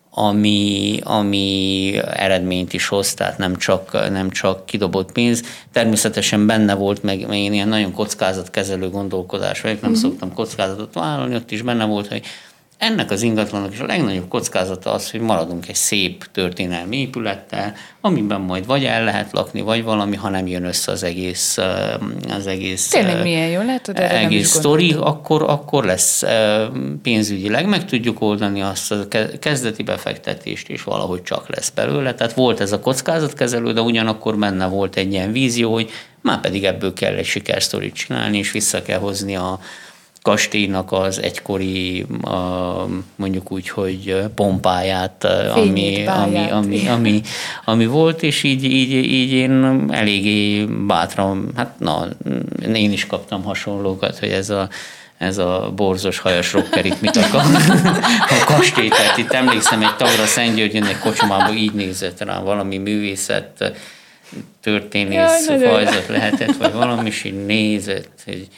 ami eredményt is hoz, tehát nem csak kidobott pénz. Természetesen benne volt, meg én ilyen nagyon kockázatkezelő gondolkodás vagyok, nem szoktam kockázatot vállalni, ott is benne volt, hogy ennek az ingatlannak is a legnagyobb kockázata az, hogy maradunk egy szép történelmi épülettel, amiben majd vagy el lehet lakni, vagy valami, ha nem jön össze az egész tényleg milyen jó, látod, erre egész sztori, akkor lesz pénzügyileg, meg tudjuk oldani azt a kezdeti befektetést, és valahogy csak lesz belőle. Tehát volt ez a kockázatkezelő, de ugyanakkor benne volt egy ilyen vízió, hogy már pedig ebből kell egy sikersztorit csinálni, és vissza kell hozni a kastélynak az egykori, mondjuk úgy, hogy pompáját, ami volt, és így én eléggé bátran, én is kaptam hasonlókat, hogy ez a borzos hajas rocker itt mit akar a kastély. Tehát itt emlékszem, egy tagra Szentgyörgyön egy kocsmába így nézett rám, valami művészet történész fajzat lehetett, vagy valami, és így nézett, hogy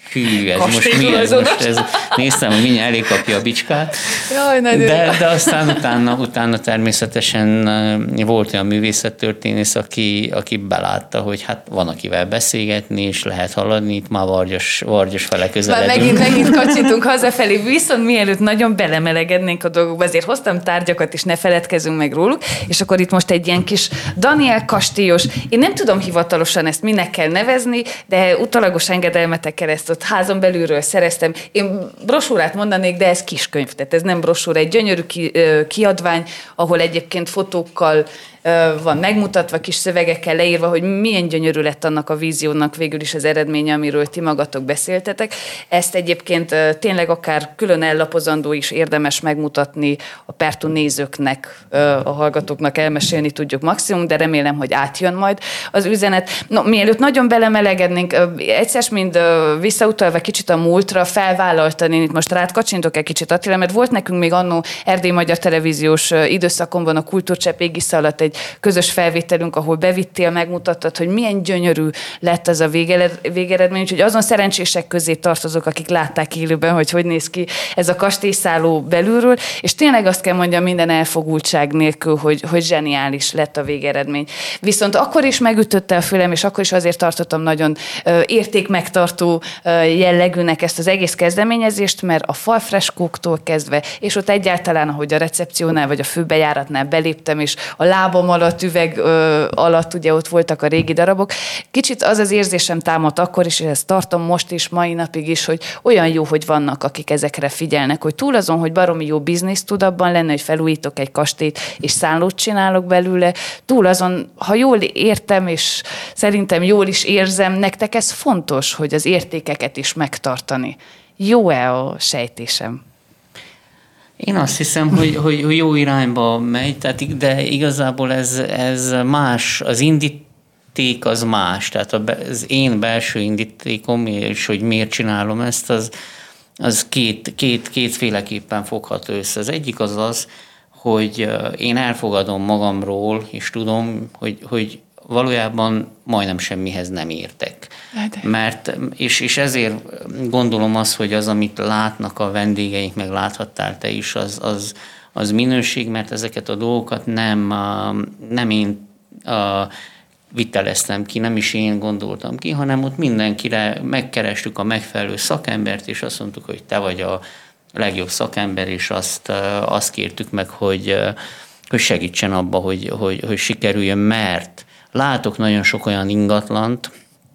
hű, ez most mi ez? Most ez, néztem, hogy mindjárt elé kapja a bicskát. Jaj, de aztán utána természetesen volt olyan művészettörténész, aki belátta, hogy hát van akivel beszélgetni, és lehet haladni, itt már vargyas fele közeledünk. Már megint kacsintunk hazafelé, viszont mielőtt nagyon belemelegednénk a dolgokba, ezért hoztam tárgyakat, és ne feledkezzünk meg róluk, és akkor itt most egy ilyen kis Daniel kastélyos, én nem tudom hivatalosan ezt minek kell nevezni, de utólagos engedelmetekkel ezt ott házon belülről szereztem. Én brosúrát mondanék, de ez kiskönyv, tehát ez nem brosúra, egy gyönyörű kiadvány, ahol egyébként fotókkal van megmutatva, kis szövegekkel leírva, hogy milyen gyönyörű lett annak a víziónak végül is az eredménye, amiről ti magatok beszéltetek. Ezt egyébként tényleg akár külön ellapozandó is érdemes megmutatni a Pertú nézőknek, a hallgatóknak elmesélni tudjuk maximum, de remélem, hogy átjön majd az üzenet. No, mielőtt nagyon belemelegednénk, egyszer mind visszautalva kicsit a múltra, felvállaltani, itt most rád kacsintok egy kicsit, Attila, mert volt nekünk még annó Erdély Magyar Televíziós időszakomban a Kultúrcsepp égisze alatt egy közös felvételünk, ahol bevittél, megmutattad, hogy milyen gyönyörű lett az a végeredmény, úgyhogy azon szerencsések közé tartozok, akik látták élőben, hogy néz ki ez a kastélyszálló belülről, és tényleg azt kell mondjam minden elfogultság nélkül, hogy zseniális lett a végeredmény. Viszont akkor is megütötte a fülem, és akkor is azért tartottam nagyon értékmegtartó jellegűnek ezt az egész kezdeményezést, mert a falfreskóktól kezdve, és ott egyáltalán, ahogy a recepciónál vagy a főbejáratnál beléptem, és a lábam alatt, üveg alatt ugye ott voltak a régi darabok. Kicsit az az érzésem támadt akkor is, és ezt tartom most is, mai napig is, hogy olyan jó, hogy vannak, akik ezekre figyelnek, hogy túl azon, hogy baromi jó biznisz tud abban lenni, hogy felújítok egy kastélyt, és szállót csinálok belőle, túl azon, ha jól értem, és szerintem jól is érzem, nektek ez fontos, hogy az értékeket is megtartani. Jó-e a sejtésem? Én azt hiszem, hogy jó irányba megy, tehát, de igazából ez más, az indíték az más, tehát az én belső indítékom, és hogy miért csinálom ezt, az kétféleképpen fogható össze. Az egyik az, hogy én elfogadom magamról, és tudom, hogy valójában majdnem semmihez nem értek. Mert, és ezért gondolom azt, hogy az, amit látnak a vendégeink, meg láthattál te is, az minőség, mert ezeket a dolgokat nem én viteleztem ki, nem is én gondoltam ki, hanem ott mindenkire megkerestük a megfelelő szakembert, és azt mondtuk, hogy te vagy a legjobb szakember, és azt kértük meg, hogy segítsen abba, hogy sikerüljön, mert látok nagyon sok olyan ingatlant,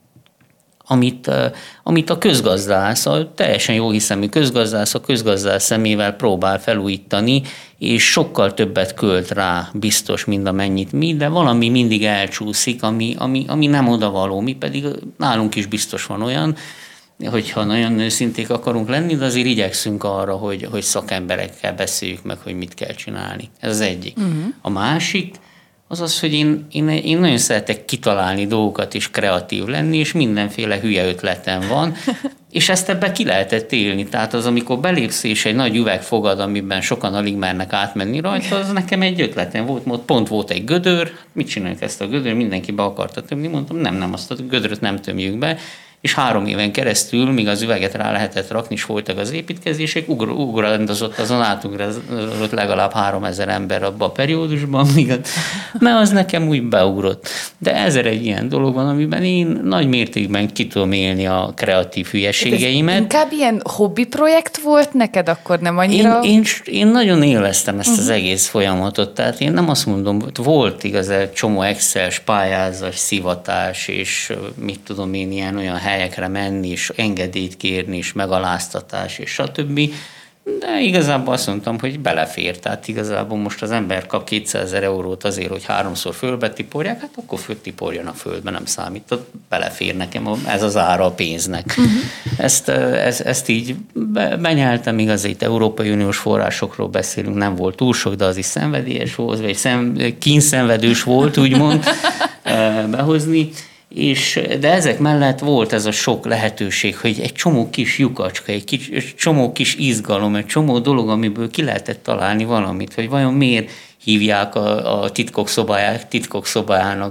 amit a közgazdász, a teljesen jó hiszemű közgazdász, a közgazdász szemével próbál felújítani, és sokkal többet költ rá biztos, mint amennyit mi, de valami mindig elcsúszik, ami nem odavaló. Mi pedig nálunk is biztos van olyan, hogyha nagyon őszinték akarunk lenni, de azért igyekszünk arra, hogy szakemberekkel beszéljük meg, hogy mit kell csinálni. Ez az egyik. Uh-huh. A másik, az, hogy én nagyon szeretek kitalálni dolgokat és kreatív lenni, és mindenféle hülye ötletem van, és ezt ebbe ki lehetett élni. Tehát az, amikor belépsz és egy nagy üveg fogad, amiben sokan alig mernek átmenni rajta, az nekem egy ötletem volt. Pont volt egy gödör, mit csináljuk ezt a gödör, mindenki be akarta tömni, mondtam, nem, azt a gödröt nem tömjük be, és 3 éven keresztül, míg az üveget rá lehetett rakni, és folytak az építkezések, ugrandozott, azon átugrott legalább 3000 ember abban a periódusban, mert az nekem úgy beugrott. De 1000 egy ilyen dolog van, amiben én nagy mértékben ki tudom élni a kreatív hülyeségeimet. Inkább ilyen hobbi projekt volt neked, akkor nem annyira? Én nagyon élveztem ezt az egész folyamatot, tehát én nem azt mondom, volt igaz egy csomó Excel-s pályázás, szivatás, és mit tudom én, ilyen olyan helyekre menni, és engedélyt kérni, és megaláztatás, és stb. De igazából azt mondtam, hogy belefér. Tehát igazából most az ember kap 200 000 eurót azért, hogy 3-szor fölbe tiporják, hát akkor föltiporjon a földbe, nem számít. Belefér nekem, ez az ára a pénznek. Ezt így benyeltem, igaz, itt Európai Uniós forrásokról beszélünk, nem volt túl sok, de az is szenvedélyes volt, vagy kínszenvedős volt, úgymond behozni. De ezek mellett volt ez a sok lehetőség, hogy egy csomó kis lyukacska, egy csomó kis izgalom, egy csomó dolog, amiből ki lehetett találni valamit, hogy vajon miért hívják a titkok szobájának.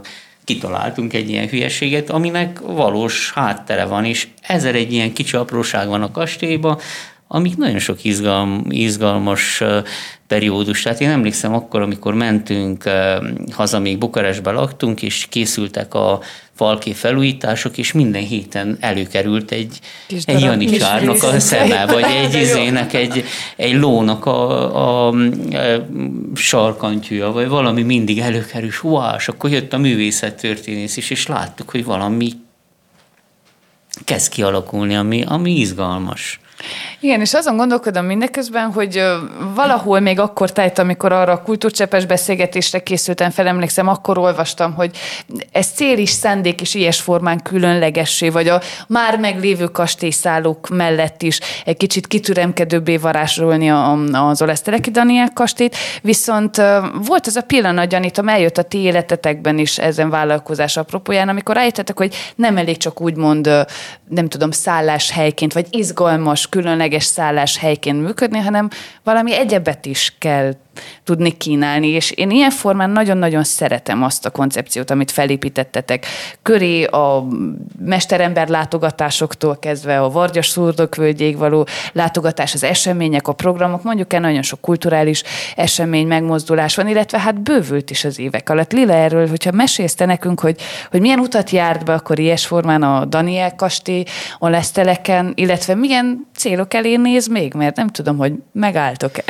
kitaláltunk egy ilyen hülyeséget, aminek valós háttere van, és egy ilyen kicsi apróság van a kastélyban, amik nagyon sok izgalmas periódus. Tehát én emlékszem akkor, amikor mentünk haza, még Bukarestbe laktunk, és készültek a falkép felújítások, és minden héten előkerült egy janicsárnak a szeme, vagy egy izének, egy lónak a sarkantyúja, vagy valami mindig előkerül, és akkor jött a művészettörténész is, és láttuk, hogy valami kezd kialakulni, ami izgalmas. Igen, és azon gondolkodom mindeközben, hogy valahol még akkor tájt, amikor arra a kultúrcseppes beszélgetésre készültem fel, emlékszem, akkor olvastam, hogy ez cél is, szándék is ilyes formán különlegessé, vagy a már meglévő kastélyszállók mellett is egy kicsit kitüremkedőbbé varázsolni az Olesztereki Daniel kastélyt, viszont volt az a pillanat, gyanítom, eljött a ti életetekben is ezen vállalkozás apropóján, amikor rájöttetek, hogy nem elég csak úgymond, nem tudom, szálláshelyként, vagy izgalmas, különleges szálláshelyként működni, hanem valami egyebet is kell tudni kínálni, és én ilyen formán nagyon-nagyon szeretem azt a koncepciót, amit felépítettetek köré, a mesterember látogatásoktól kezdve a Vargyas szurdokvölgyéig való látogatás, az események, a programok, mondjuk el nagyon sok kulturális esemény, megmozdulás van, illetve hát bővült is az évek alatt. Lila, erről, hogyha mesélsz te nekünk, hogy milyen utat járt be akkor ilyes formán a Daniel kastély, a Leszteleken, illetve milyen célok elé néz még, mert nem tudom, hogy megálltok-e.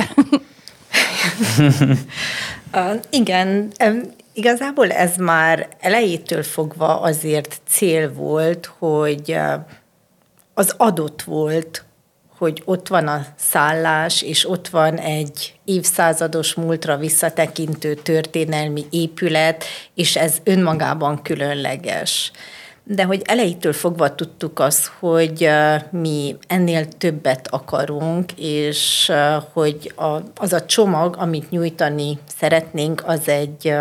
Igen, igazából ez már elejétől fogva azért cél volt, hogy az adott volt, hogy ott van a szállás, és ott van egy évszázados múltra visszatekintő történelmi épület, és ez önmagában különleges. De hogy elejétől fogva tudtuk azt, hogy mi ennél többet akarunk, és hogy az a csomag, amit nyújtani szeretnénk, az egy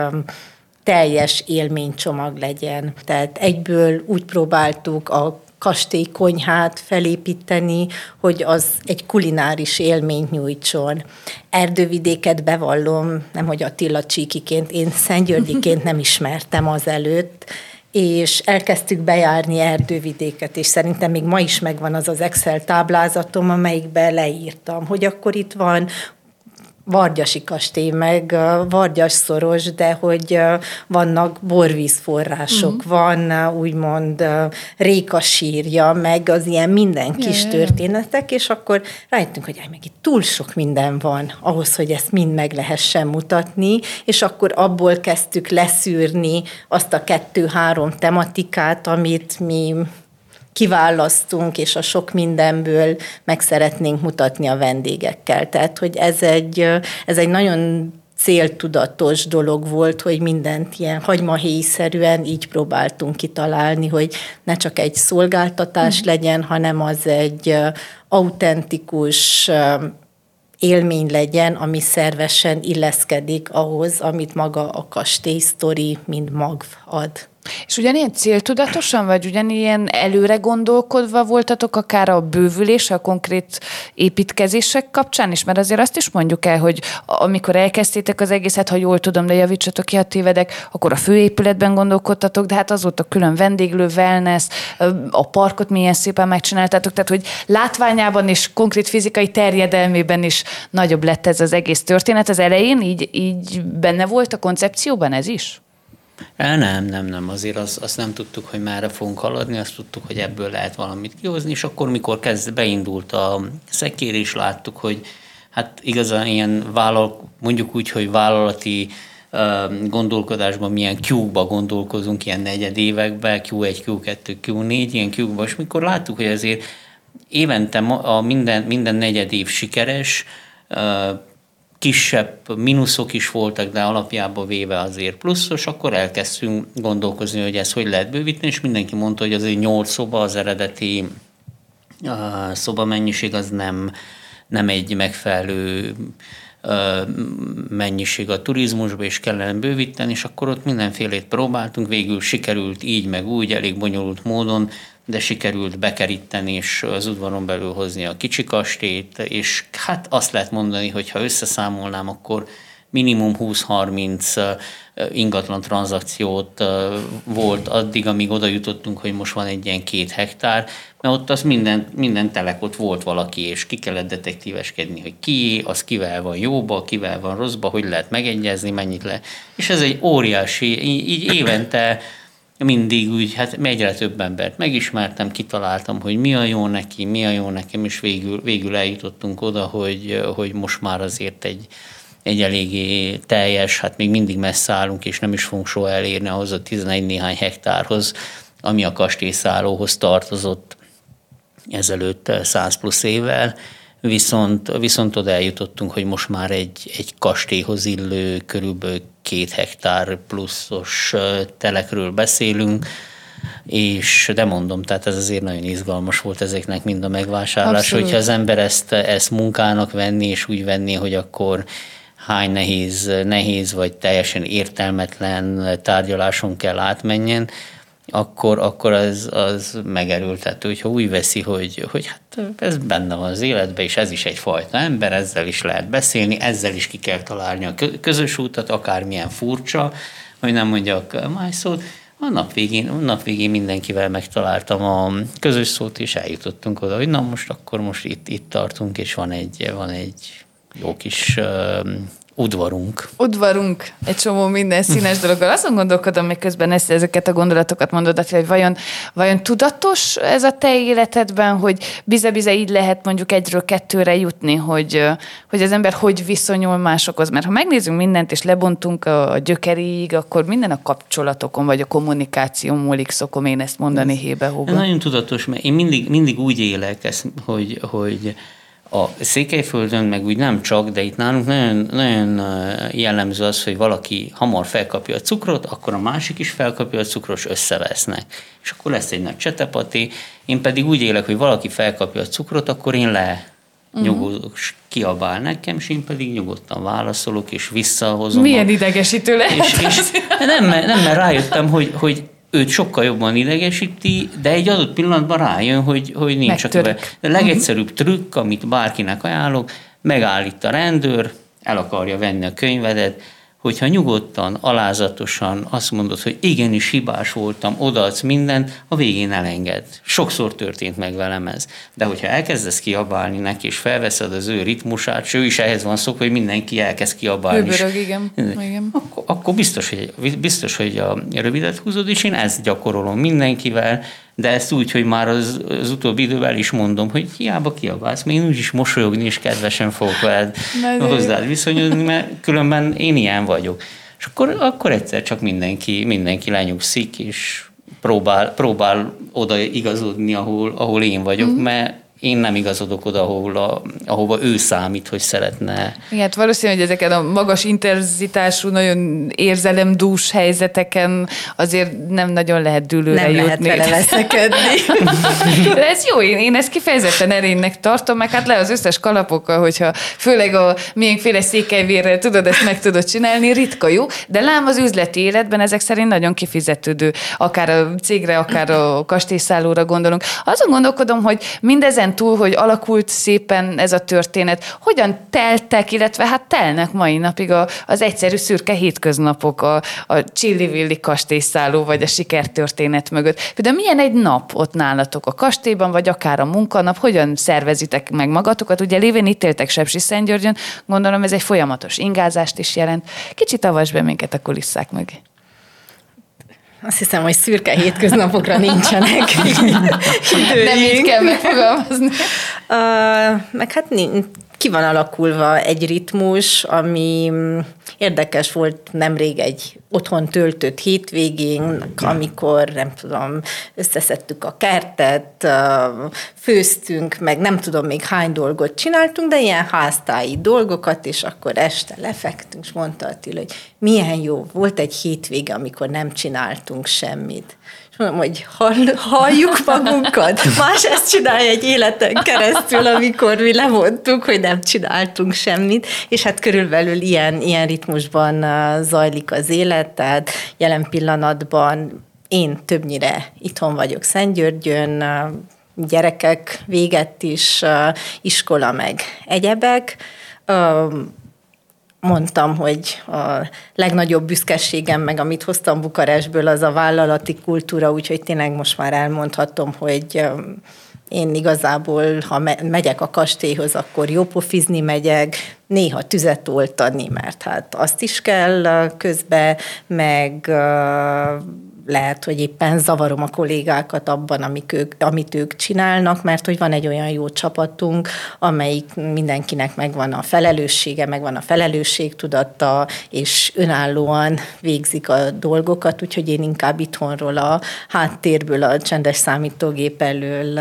teljes élménycsomag legyen. Tehát egyből úgy próbáltuk a kastélykonyhát felépíteni, hogy az egy kulináris élményt nyújtson. Erdővidéket bevallom, nemhogy Attila Csíkiként, én Szentgyörgyiként nem ismertem azelőtt, és elkezdtük bejárni Erdővidéket, és szerintem még ma is megvan az Excel táblázatom, amelyikben leírtam, hogy akkor itt van Vargyasi kastély, meg Vargyasszoros, de hogy vannak borvízforrások, van úgymond rékasírja, meg az ilyen minden kis történetek, és akkor rájöttünk, hogy meg itt túl sok minden van ahhoz, hogy ezt mind meg lehessen mutatni, és akkor abból kezdtük leszűrni azt a 2-3 tematikát, amit mi kiválasztunk, és a sok mindenből meg szeretnénk mutatni a vendégekkel. Tehát, hogy ez egy nagyon céltudatos dolog volt, hogy mindent ilyen hagymahéjszerűen így próbáltunk kitalálni, hogy ne csak egy szolgáltatás legyen, hanem az egy autentikus élmény legyen, ami szervesen illeszkedik ahhoz, amit maga a kastélysztori, mint mag ad. És ugyanilyen céltudatosan, vagy ugyanilyen előre gondolkodva voltatok akár a bővülés, a konkrét építkezések kapcsán is? Mert azért azt is mondjuk el, hogy amikor elkezdtétek az egészet, ha jól tudom, de javítsatok ki, ha tévedek, akkor a főépületben gondolkodtatok, de hát azóta külön vendéglő, wellness, a parkot milyen szépen megcsináltátok, tehát hogy látványában és konkrét fizikai terjedelmében is nagyobb lett ez az egész történet. Az elején így benne volt a koncepcióban ez is? Nem. Azért azt nem tudtuk, hogy merre fogunk haladni, azt tudtuk, hogy ebből lehet valamit kihozni, és akkor, mikor beindult a szekérés, láttuk, hogy hát igazán ilyen mondjuk úgy, hogy vállalati gondolkodásban milyen Q-ba gondolkozunk, ilyen negyedévekben, Q1, Q2, Q4, ilyen Q-ba, és mikor láttuk, hogy azért évente minden negyed év sikeres, kisebb mínuszok is voltak, de alapjában véve azért pluszos, akkor elkezdtünk gondolkozni, hogy ezt hogy lehet bővíteni, és mindenki mondta, hogy azért 8 szoba, az eredeti szobamennyiség az nem egy megfelelő mennyiség a turizmusba, és kellene bővíteni, és akkor ott mindenfélét próbáltunk, végül sikerült így, meg úgy, elég bonyolult módon, de sikerült bekeríteni, és az udvaron belül hozni a kicsi kastélyt, és hát azt lehet mondani, hogy ha összeszámolnám, akkor minimum 20-30 ingatlan tranzakciót volt addig, amíg oda jutottunk, hogy most van egy ilyen 2 hektár, mert ott az minden telek, ott volt valaki, és ki kellett detektíveskedni, hogy ki, az kivel van jóba, kivel van rosszba, hogy lehet megegyezni, mennyit lehet. És ez egy óriási, így évente mindig úgy, hát egyre több embert megismertem, kitaláltam, hogy mi a jó neki, mi a jó nekem, és végül eljutottunk oda, hogy most már azért egy eléggé teljes, hát még mindig messze állunk, és nem is fogunk soha elérni ahhoz a 11 néhány hektárhoz, ami a kastélyszállóhoz tartozott ezelőtt 100 plusz évvel, viszont oda eljutottunk, hogy most már egy kastélyhoz illő körülbelül 2 hektár pluszos telekről beszélünk, és de mondom, tehát ez azért nagyon izgalmas volt ezeknek mind a megvásárlás, Abszolút. hogyha az ember ezt munkának venni, és úgy venni, hogy akkor hány nehéz vagy teljesen értelmetlen tárgyaláson kell átmenjen, akkor az megerőltető, hogyha úgy veszi, hogy hát ez benne van az életben, és ez is egyfajta ember, ezzel is lehet beszélni, ezzel is ki kell találni a közös útat, akármilyen furcsa, hogy nem mondjak más szót. A nap végén mindenkivel megtaláltam a közös szót, és eljutottunk oda, hogy na most itt tartunk, és van egy jó kis udvarunk. Egy csomó minden színes dologgal. Azon gondolkodom, még közben ezeket a gondolatokat mondod, hogy vajon tudatos ez a te életedben, hogy bize-bize így lehet mondjuk 1-ről 2-re jutni, hogy az ember hogy viszonyul másokhoz. Mert ha megnézzünk mindent, és lebontunk a gyökerig, akkor minden a kapcsolatokon, vagy a kommunikáción múlik, szokom én ezt mondani hébe-hóba. Nagyon tudatos, mert én mindig úgy élek ezt, hogy a Székelyföldön, meg úgy nem csak, de itt nálunk nagyon jellemző az, hogy valaki hamar felkapja a cukrot, akkor a másik is felkapja a cukrot, és összevesznek. És akkor lesz egy nagy csetepati. Én pedig úgy élek, hogy valaki felkapja a cukrot, akkor én nyugodok, és kiabál nekem, és én pedig nyugodtan válaszolok, és visszahozom. Milyen idegesítő lehet? És nem, mert rájöttem, hogy őt sokkal jobban idegesíti, de egy adott pillanatban rájön, hogy nincs csak vele. De a legegyszerűbb trükk, amit bárkinek ajánlok, megállít a rendőr, el akarja venni a könyvedet, hogyha nyugodtan, alázatosan azt mondod, hogy igenis hibás voltam, odaadsz mindent, a végén elenged. Sokszor történt meg velem ez. De hogyha elkezdesz kiabálni neki, és felveszed az ő ritmusát, és ő is ehhez van szokva, hogy mindenki elkezd kiabálni. Hőbörög, igen. Akkor biztos, hogy a rövidet húzod, és én ezt gyakorolom mindenkivel, de ezt úgy, hogy már az utóbbi idővel is mondom, hogy hiába kiabálsz, mert én úgyis mosolyogni és kedvesen fogok veled hozzád viszonyulni, mert különben én ilyen vagyok. És akkor egyszer csak mindenki lenyugszik, és próbál oda igazodni, ahol én vagyok, mert én nem igazodok oda, ahova ő számít, hogy szeretne. Igen, valószínű, hogy ezeken a magas intenzitású, nagyon érzelemdús helyzeteken azért nem nagyon lehet dűlőre jutni. Nem lehet vele veszekedni. De ez jó, én ezt kifejezetten erénynek tartom, meg hát le az összes kalapokkal, hogyha főleg a milyenféle székelyvérrel tudod, ezt meg tudod csinálni, ritka jó, de lám az üzleti életben ezek szerint nagyon kifizetődő, akár a cégre, akár a kastélyszállóra gondolunk. Azon gondolkodom, hogy mindezen túl, hogy alakult szépen ez a történet, hogyan teltek, illetve hát telnek mai napig az egyszerű szürke hétköznapok a csillivilli kastélyszálló, vagy a sikertörténet mögött. Például milyen egy nap ott nálatok a kastélyban, vagy akár a munkanap, hogyan szervezitek meg magatokat? Ugye lévén itt éltek Sepsiszentgyörgyön, gondolom ez egy folyamatos ingázást is jelent. Kicsit avasd be minket a kulisszák mögé. Azt hiszem, hogy szürke hétköznapokra nincsenek Nem így kell megfogalmazni. Meg hát ki van alakulva egy ritmus, ami érdekes volt nemrég egy otthon töltött hétvégén, amikor, nem tudom, összeszedtük a kertet, főztünk, meg nem tudom még hány dolgot csináltunk, de ilyen háztáji dolgokat, és akkor este lefektünk, és mondta Attila, hogy milyen jó, volt egy hétvége, amikor nem csináltunk semmit. És mondom, hogy halljuk magunkat. Más ezt csinálja egy életen keresztül, amikor mi lemondtuk, hogy nem csináltunk semmit, és hát körülbelül ilyen ritmusban zajlik az élet, tehát jelen pillanatban én többnyire itthon vagyok Szentgyörgyön, gyerekek véget is, iskola meg egyebek. mondtam, hogy a legnagyobb büszkeségem, meg amit hoztam Bukarestből, az a vállalati kultúra, úgyhogy tényleg most már elmondhatom, hogy én igazából, ha megyek a kastélyhoz, akkor jópofizni megyek, néha tüzet oltani, mert hát azt is kell közbe, meg lehet, hogy éppen zavarom a kollégákat abban, amit ők csinálnak, mert hogy van egy olyan jó csapatunk, amelyik mindenkinek megvan a felelőssége, megvan a felelősségtudata, és önállóan végzik a dolgokat, úgyhogy én inkább itthonról a háttérből, a csendes számítógép elől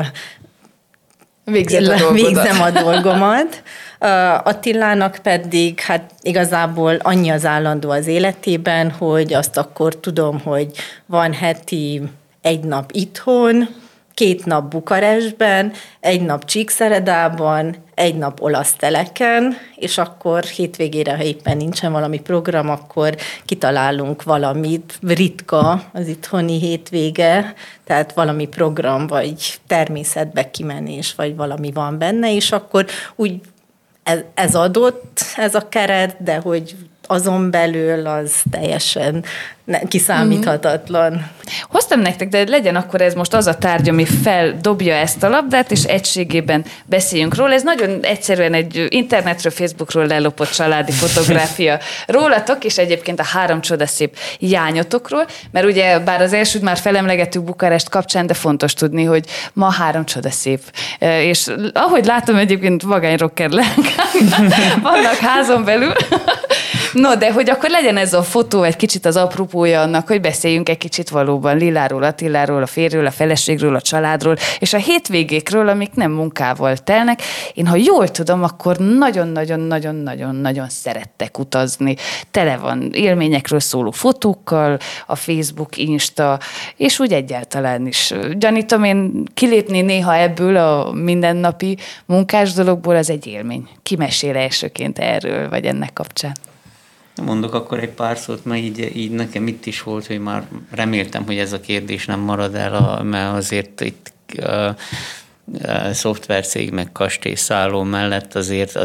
végzem a dolgomat. Attilának pedig hát igazából annyi az állandó az életében, hogy azt akkor tudom, hogy van heti 1 nap itthon, 2 nap Bukarestben, 1 nap Csíkszeredában, 1 nap olasz teleken, és akkor hétvégére, ha éppen nincsen valami program, akkor kitalálunk valamit. Ritka az itthoni hétvége, tehát valami program, vagy természetbe kimenés, vagy valami van benne, és akkor úgy ez adott, ez a keret, de hogy azon belül az teljesen kiszámíthatatlan. Hoztam nektek, de legyen akkor ez most az a tárgy, ami feldobja ezt a labdát, és egységében beszéljünk róla. Ez nagyon egyszerűen egy internetről, Facebookról lelopott családi fotográfia rólatok, és egyébként a 3 csodaszép jányotokról, mert ugye bár az elsőt már felemlegettük Bukarest kapcsán, de fontos tudni, hogy ma 3 csodaszép. És ahogy látom, egyébként vagány rocker vannak házon belül. No, de hogy akkor legyen ez a fotó egy kicsit az apropója annak, hogy beszéljünk egy kicsit valóban Liláról, Attiláról, a férjről, a feleségről, a családról, és a hétvégékről, amik nem munkával telnek. Én, ha jól tudom, akkor nagyon-nagyon-nagyon-nagyon-nagyon szerettek utazni. Tele van élményekről szóló fotókkal, a Facebook, Insta, és úgy egyáltalán is. Gyanítom, én kilépni néha ebből a mindennapi munkás dologból, az egy élmény. Ki mesél elsőként erről, vagy ennek kapcsán? Mondok akkor egy pár szót, mert így nekem itt is volt, hogy már reméltem, hogy ez a kérdés nem marad el, mert azért itt szoftvercég meg kastélyszálló mellett azért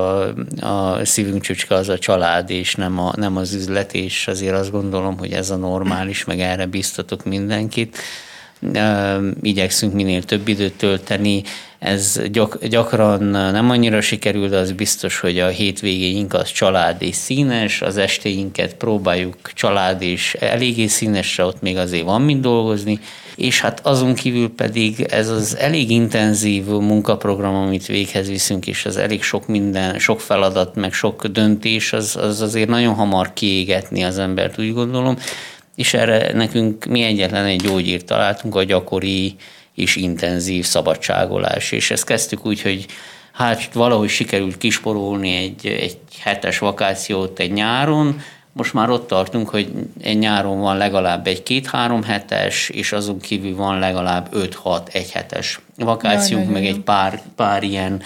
a szívünk csücske az a család, és nem az üzlet, és azért azt gondolom, hogy ez a normális, meg erre biztatok mindenkit. Igyekszünk minél több időt tölteni. Ez gyakran nem annyira sikerül, de az biztos, hogy a hétvégéink az család és színes, az estéinket próbáljuk család és eléggé színesre, ott még azért van mit dolgozni, és hát azon kívül pedig ez az elég intenzív munkaprogram, amit véghez viszünk, és az elég sok minden, sok feladat, meg sok döntés, az azért nagyon hamar kiégetni az embert, úgy gondolom, és erre nekünk mi egyetlen egy gyógyírt találtunk, a gyakori és intenzív szabadságolás. És ezt kezdtük úgy, hogy hát valahogy sikerült kisporolni egy hetes vakációt egy nyáron. Most már ott tartunk, hogy egy nyáron van legalább egy 2-3 hetes, és azon kívül van legalább 5-6 egyhetes vakációnk, meg egy pár ilyen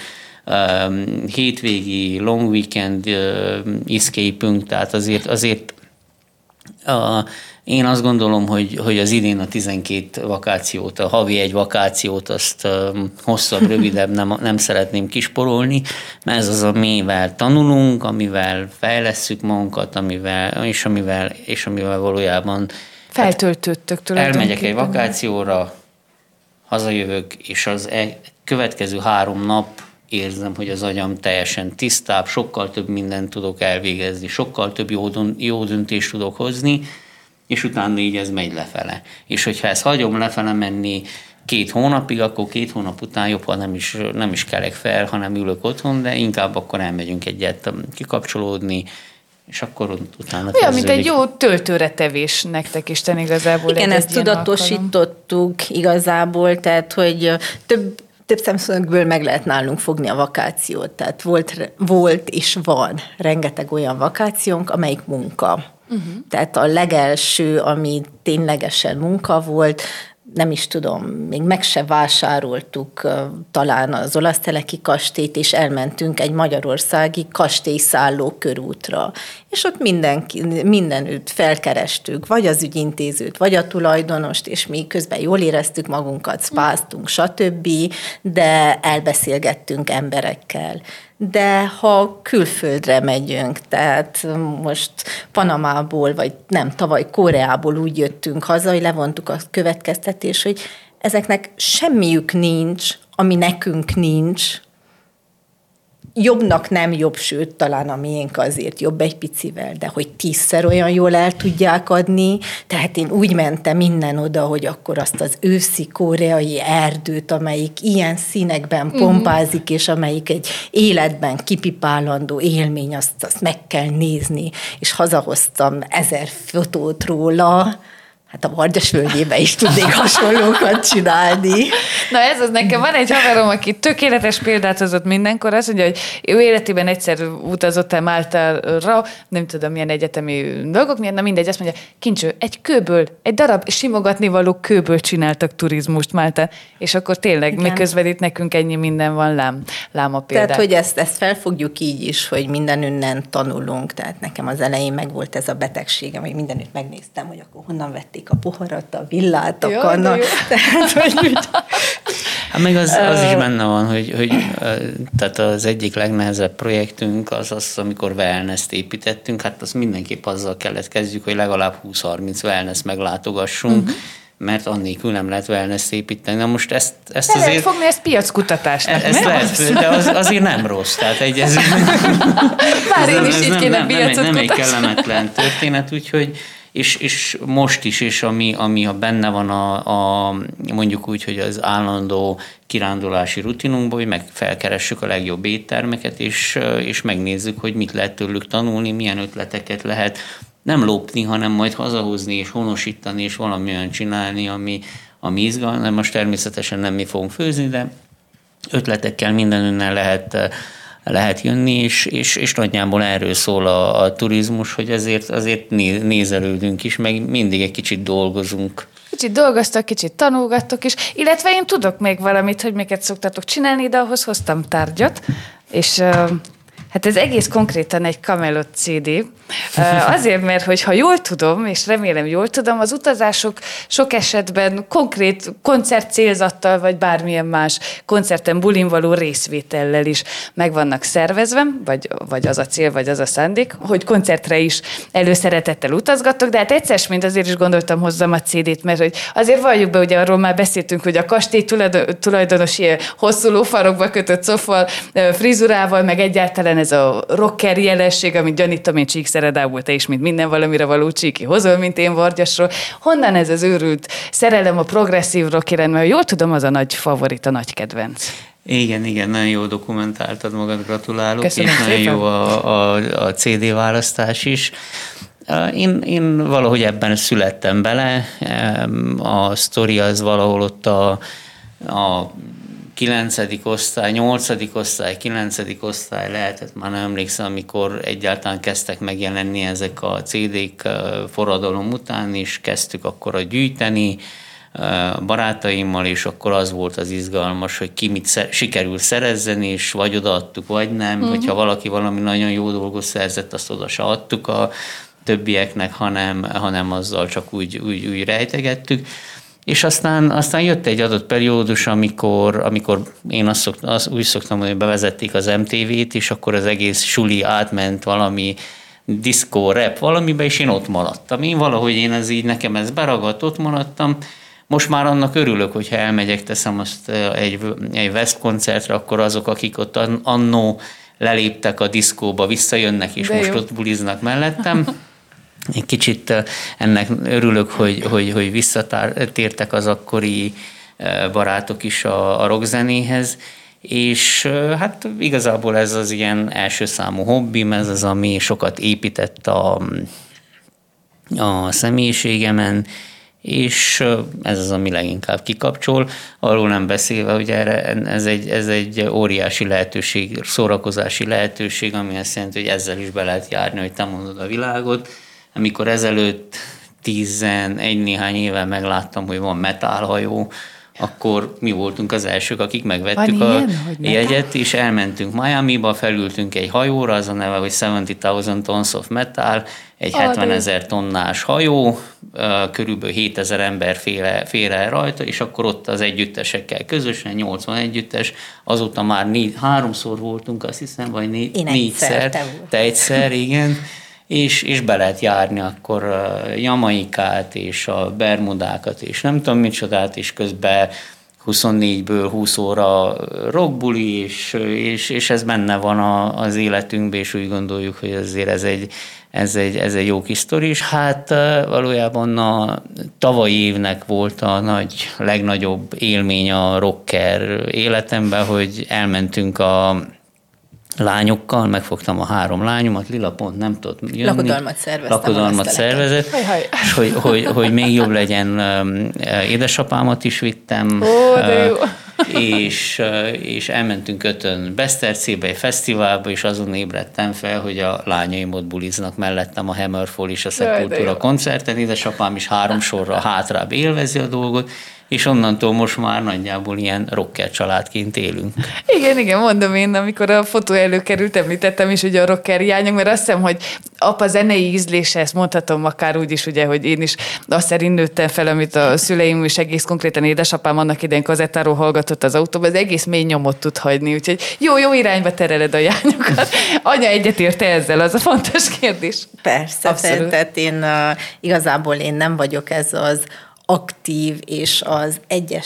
hétvégi long weekend escape-ünk, tehát azért én azt gondolom, hogy az idén a 12 vakációt, a havi egy vakációt, azt hosszabb, rövidebb nem szeretném kisporolni, mert ez az, amivel tanulunk, amivel fejlesszük magunkat, amivel valójában feltöltöttök tulajdonképpen. Elmegyek egy vakációra, hazajövök, és az következő 3 nap érzem, hogy az agyam teljesen tisztább, sokkal több mindent tudok elvégezni, sokkal több jó döntést tudok hozni, és utána így ez megy lefele. És hogyha ezt hagyom lefele menni 2 hónapig, akkor 2 hónap után jobb, ha nem is kelek fel, hanem ülök otthon, de inkább akkor elmegyünk egyet kikapcsolódni, és akkor utána olyan, mint egy jó töltőre tevés nektek Isten igazából. Igen, ezt tudatosítottuk igazából, tehát hogy több szemszögből meg lehet nálunk fogni a vakációt. Tehát volt és van rengeteg olyan vakációnk, amelyik munka. Tehát a legelső, ami ténylegesen munka volt, nem is tudom, még meg se vásároltuk talán az Olaszteleki kastélyt, és elmentünk egy magyarországi kastélyszálló körútra. és ott mindenütt felkerestük, vagy az ügyintézőt, vagy a tulajdonost, és mi közben jól éreztük magunkat, spáztunk, stb., de elbeszélgettünk emberekkel. De ha külföldre megyünk, tehát most Panamából, vagy nem, tavaly Koreából úgy jöttünk haza, hogy levontuk a következtetést, hogy ezeknek semmiük nincs, ami nekünk nincs. Jobbnak nem jobb, sőt, talán a miénk azért jobb egy picivel, de hogy 10-szer olyan jól el tudják adni. Tehát én úgy mentem innen oda, hogy akkor azt az őszi koreai erdőt, amelyik ilyen színekben pompázik, és amelyik egy életben kipipálandó élmény, azt meg kell nézni. És hazahoztam 1000 fotót róla. Hát a Vargyas völgyében is tudnék hasonlókat csinálni. Na ez az, nekem van egy haverom, aki tökéletes példát hozott mindenkor, azt mondja, hogy ő életében egyszer utazott el Máltára, nem tudom milyen egyetemi dolgok miatt, na mindegy, azt mondja, Kincső, egy darab simogatnivaló kőből csináltak turizmust Máltán, és akkor tényleg, miközben itt nekünk ennyi minden van, lám a példát. Tehát, hogy ezt felfogjuk így is, hogy mindenünnen tanulunk, tehát nekem az elején meg volt ez a betegségem, hogy mindenütt megnéztem, hogy akkor honnan vették a poharat, a villát, a kannat. Tehát, hogy Hát meg az is benne van, hogy tehát az egyik legnehezebb projektünk az, amikor wellness-t építettünk, hát azt mindenképp azzal kellett kezdjük, hogy legalább 20-30 wellness meglátogassunk, mert annélkül nem lehet wellness-t építeni. Na most ezt azért... lehet fogni ezt piackutatásnak, ezt lehet, de azért nem rossz. Tehát Bár én is így kéne piacot nem egy kellemetlen történet, úgyhogy és most is, és ami benne van mondjuk úgy, hogy az állandó kirándulási rutinunkban, hogy meg felkeressük a legjobb éttermeket, és megnézzük, hogy mit lehet tőlük tanulni, milyen ötleteket lehet nem lopni, hanem majd hazahozni, és honosítani, és valami olyan csinálni, ami izgalmas. Most természetesen nem mi fogunk főzni, de ötletekkel mindenünnen lehet jönni, és nagyjából erről szól a turizmus, hogy azért nézelődünk is, meg mindig egy kicsit dolgozunk. Kicsit dolgoztok, kicsit tanulgattok is, illetve én tudok még valamit, hogy miket szoktatok csinálni, de ahhoz hoztam tárgyat, és hát ez egész konkrétan egy Camelot CD. Azért, mert hogyha jól tudom, és remélem jól tudom, az utazások sok esetben konkrét koncert célzattal, vagy bármilyen más koncerten, bulin való részvétellel is meg vannak szervezve, vagy az a cél, vagy az a szándék, hogy koncertre is előszeretettel utazgattok, de hát egyszer mint azért is gondoltam hozzam a CD-t, mert hogy azért valljuk be, ugye arról már beszéltünk, hogy a kastély tulajdonos ilyen hosszú lófarokba kötött szofval, frizurával, meg egyáltalán ez a rocker jelenség, amit gyanítom én Csíkszeredából, te is, mint minden valamire való Csíki hozol, mint én Vargyasról. Honnan ez az őrült szerelem a progresszív rockeren, mert jól tudom, az a nagy favorit, a nagy kedvenc. Igen, nagyon jól dokumentáltad magad, gratulálok. Köszönöm és szépen. nagyon jó a CD választás is. Én valahogy ebben születtem bele. A sztori az valahol ott a 9. osztály, 8. osztály, 9. osztály lehetett, már nem emlékszem, amikor egyáltalán kezdtek megjelenni ezek a CD-k forradalom után, és kezdtük akkor gyűjteni barátaimmal, és akkor az volt az izgalmas, hogy ki mit sikerül szerezzen, és vagy odaadtuk, vagy nem, hogyha valaki valami nagyon jó dolgot szerzett, azt oda se adtuk a többieknek, hanem azzal csak úgy rejtegettük. És aztán jött egy adott periódus, amikor én úgy szoktam, hogy bevezették az MTV-t, és akkor az egész suli átment valami diszkó, rap valamibe, és én ott maradtam. Nekem ez beragadt, ott maradtam. Most már annak örülök, hogyha elmegyek, teszem azt egy West koncertre, akkor azok, akik ott annó leléptek a diszkóba, visszajönnek, és most ott buliznak mellettem. Egy kicsit ennek örülök, hogy visszatértek az akkori barátok is a rockzenéhez, és hát igazából ez az ilyen első számú hobbim, ez az, ami sokat épített a személyiségemen, és ez az, ami leginkább kikapcsol. Arról nem beszélve, hogy ez egy óriási lehetőség, szórakozási lehetőség, ami azt jelenti, hogy ezzel is be lehet járni, hogy te mondod a világot. Amikor ezelőtt 11 néhány éve megláttam, hogy van metálhajó, akkor mi voltunk az elsők, akik megvettük a jegyet, és elmentünk Miamiba, felültünk egy hajóra, az a neve, hogy 70,000 tons of metal, egy 70 000 tonnás hajó, körülbelül 7000 ember fér el rajta, és akkor ott az együttesekkel közösen, 80 együttes, azóta már 3-szor voltunk, azt hiszem, vagy 4-szer. Te egyszer, igen. És be lehet járni akkor Jamaikát és a Bermudákat, és nem tudom micsodát, és közben 24-ből 20 óra rockbuli, és ez benne van az életünkben, és úgy gondoljuk, hogy azért ez egy jó kis sztori, és hát valójában a tavalyi évnek volt a legnagyobb élmény a rocker életemben, hogy elmentünk a lányokkal, megfogtam a 3 lányomat, Lila pont nem tudott jönni. Lakodalmat szervezett, és hogy még jobb legyen, édesapámat is vittem, és elmentünk 5-ön Besztercébe, egy fesztiválba, és azon ébredtem fel, hogy a lányaim ott buliznak mellettem a Hammerfall és a Sepultura koncerten, édesapám is 3 sorra hátrább élvezi a dolgot, és onnantól most már nagyjából ilyen rocker családként élünk. Igen, mondom én, amikor a fotó előkerült, említettem is ugye a rocker hiányok, mert azt hiszem, hogy apa zenei ízlése, ezt mondhatom akár úgy is, ugye, hogy én is azt szerint nőttem fel, amit a szüleim is egész konkrétan édesapám annak idején kazettáról hallgatott az autóban, az egész mély nyomot tud hagyni, úgyhogy jó irányba tereled a hiányokat. Anya egyetért-e ezzel? Az a fontos kérdés. Persze, tehát igazából én nem vagyok ez az aktív és az egyes,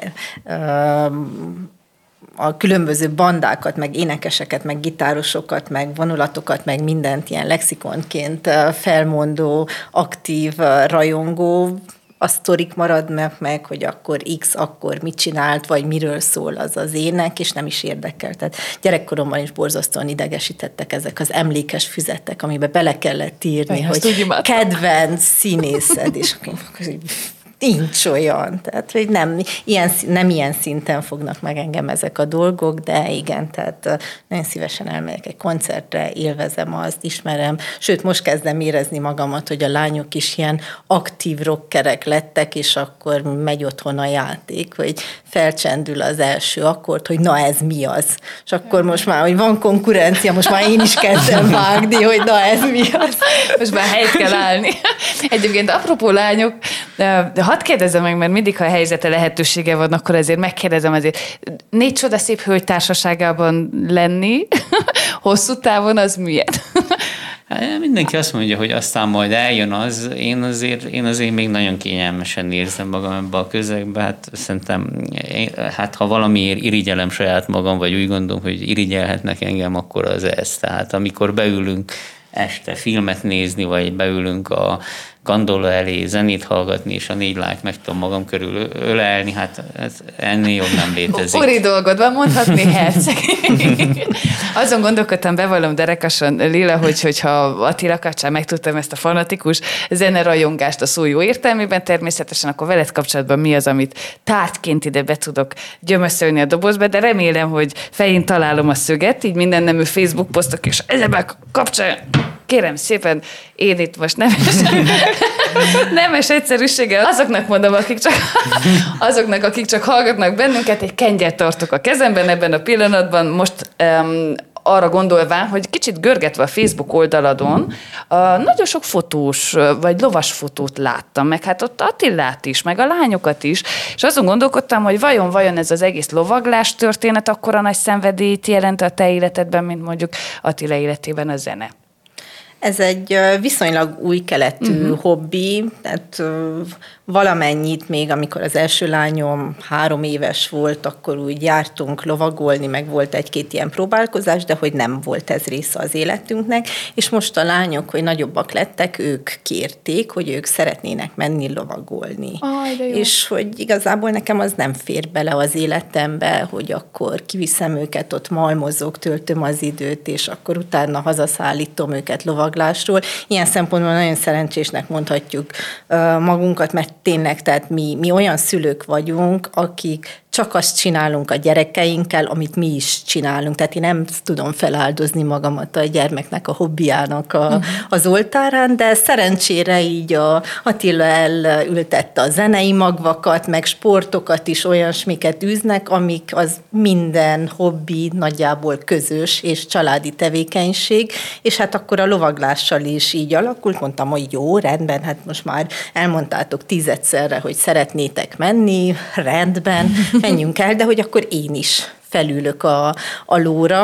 a különböző bandákat, meg énekeseket, meg gitárosokat, meg vonulatokat, meg mindent ilyen lexikonként felmondó, aktív rajongó, a sztorik maradnak meg, hogy akkor X akkor mit csinált, vagy miről szól az az ének, és nem is érdekel. Tehát gyerekkoromban is borzasztóan idegesítettek ezek az emlékes füzetek, amiben bele kellett írni, hogy kedvenc színészed, és nincs olyan. Tehát, hogy nem ilyen szinten fognak meg engem ezek a dolgok, de igen, tehát nagyon szívesen elmegyek egy koncertre, élvezem azt, ismerem. Sőt, most kezdem érezni magamat, hogy a lányok is ilyen aktív rockerek lettek, és akkor megy otthon a játék, hogy felcsendül az első akkord, hogy na ez mi az? És akkor most már, hogy van konkurencia, most már én is kezdem vágni, hogy na ez mi az? Most már helyt kell állni. Egyébként apropó lányok, hadd kérdezzem meg, mert mindig, ha a helyzete lehetősége van, akkor ezért megkérdezem azért. 4 csodaszép hölgy társaságában lenni hosszú távon az milyen? Mindenki azt mondja, hogy aztán majd eljön az, én azért még nagyon kényelmesen érzem magam ebbe a közegbe, hát szerintem, ha valamiért irigyelem saját magam, vagy úgy gondolom, hogy irigyelhetnek engem, akkor az ez. Tehát amikor beülünk este filmet nézni, vagy beülünk a gondola elé zenét hallgatni, és a 4 lányt meg tudom magam körül ölelni, hát ez ennél jobb nem létezik. Uri dolgod van, mondhatni herceg. Azon gondolkodtam, bevallom derekasan, Lila, hogyha Attila kapcsán megtudtam ezt a fanatikus zenerajongást a szó jó értelmében, természetesen akkor veled kapcsolatban mi az, amit tárgyként ide be tudok gyömöszölni a dobozba, de remélem, hogy fején találom a szöget, így minden nemű Facebook posztok, és ezzel kapcsolatban kérem szépen, én itt most nemes egyszerűséggel azoknak mondom, akik csak hallgatnak bennünket, egy kengyert tartok a kezemben ebben a pillanatban, most arra gondolván, hogy kicsit görgetve a Facebook oldaladon, nagyon sok fotós, vagy lovas fotót láttam, meg hát ott Attilát is, meg a lányokat is, és azon gondolkodtam, hogy vajon ez az egész lovaglás történet akkora nagy szenvedélyt jelent a te életedben, mint mondjuk Attila életében a zene. Ez egy viszonylag új keletű hobbi, tehát valamennyit még, amikor az első lányom 3 éves volt, akkor úgy jártunk lovagolni, meg volt 1-2 ilyen próbálkozás, de hogy nem volt ez része az életünknek, és most a lányok, hogy nagyobbak lettek, ők kérték, hogy ők szeretnének menni lovagolni. És hogy igazából nekem az nem fér bele az életembe, hogy akkor kiviszem őket, ott malmozok, töltöm az időt, és akkor utána hazaszállítom őket lovaglásról. Ilyen szempontból nagyon szerencsésnek mondhatjuk magunkat, mert tényleg, tehát mi olyan szülők vagyunk, akik csak azt csinálunk a gyerekeinkkel, amit mi is csinálunk. Tehát én nem tudom feláldozni magamat a gyermeknek a hobbiának az oltárán, de szerencsére így a Attila elültette a zenei magvakat, meg sportokat is, olyasmiket űznek, amik az minden hobbi nagyjából közös és családi tevékenység, és hát akkor a lovaglással is így alakult. Mondtam, hogy jó, rendben, hát most már elmondtátok 10-szerre, hogy szeretnétek menni, rendben, menjünk el, de hogy akkor én is felülök a lóra,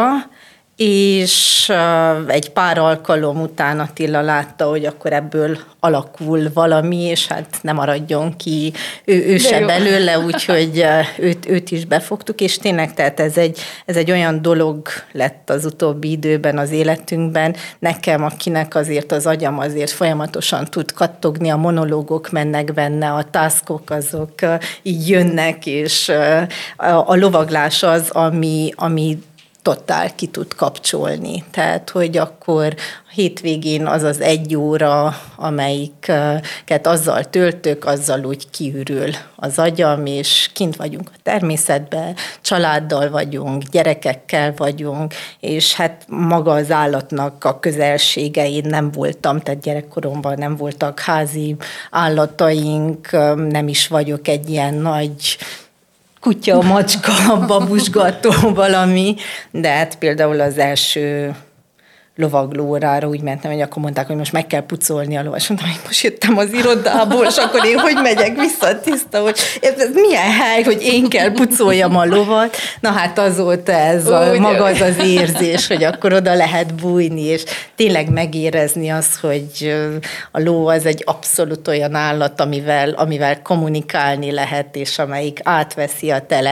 és egy pár alkalom után Attila látta, hogy akkor ebből alakul valami, és hát nem maradjon ki ő se belőle, úgyhogy őt is befogtuk, és tényleg, tehát ez egy olyan dolog lett az utóbbi időben az életünkben, nekem, akinek azért az agyam azért folyamatosan tud kattogni, a monológok mennek benne, a taskok azok így jönnek, és a lovaglás az, ami totál ki tud kapcsolni. Tehát, hogy akkor a hétvégén az az 1 óra, amelyiket azzal töltök, azzal úgy kiürül az agyam, és kint vagyunk a természetben, családdal vagyunk, gyerekekkel vagyunk, és hát maga az állatnak a közelsége, én nem voltam, tehát gyerekkoromban nem voltak házi állataink, nem is vagyok egy ilyen nagy kutya, macska, babusgató valami, de hát például az első lovaglórára úgy mentem, hogy akkor mondták, hogy most meg kell pucolni a lovat. És mondtam, hogy most jöttem az irodából, és akkor én hogy megyek vissza tiszta, hogy ez milyen hely, hogy én kell pucoljam a lovat. Na hát azóta ez maga az érzés, hogy akkor oda lehet bújni, és tényleg megérezni azt, hogy a ló az egy abszolút olyan állat, amivel kommunikálni lehet, és amelyik átveszi a te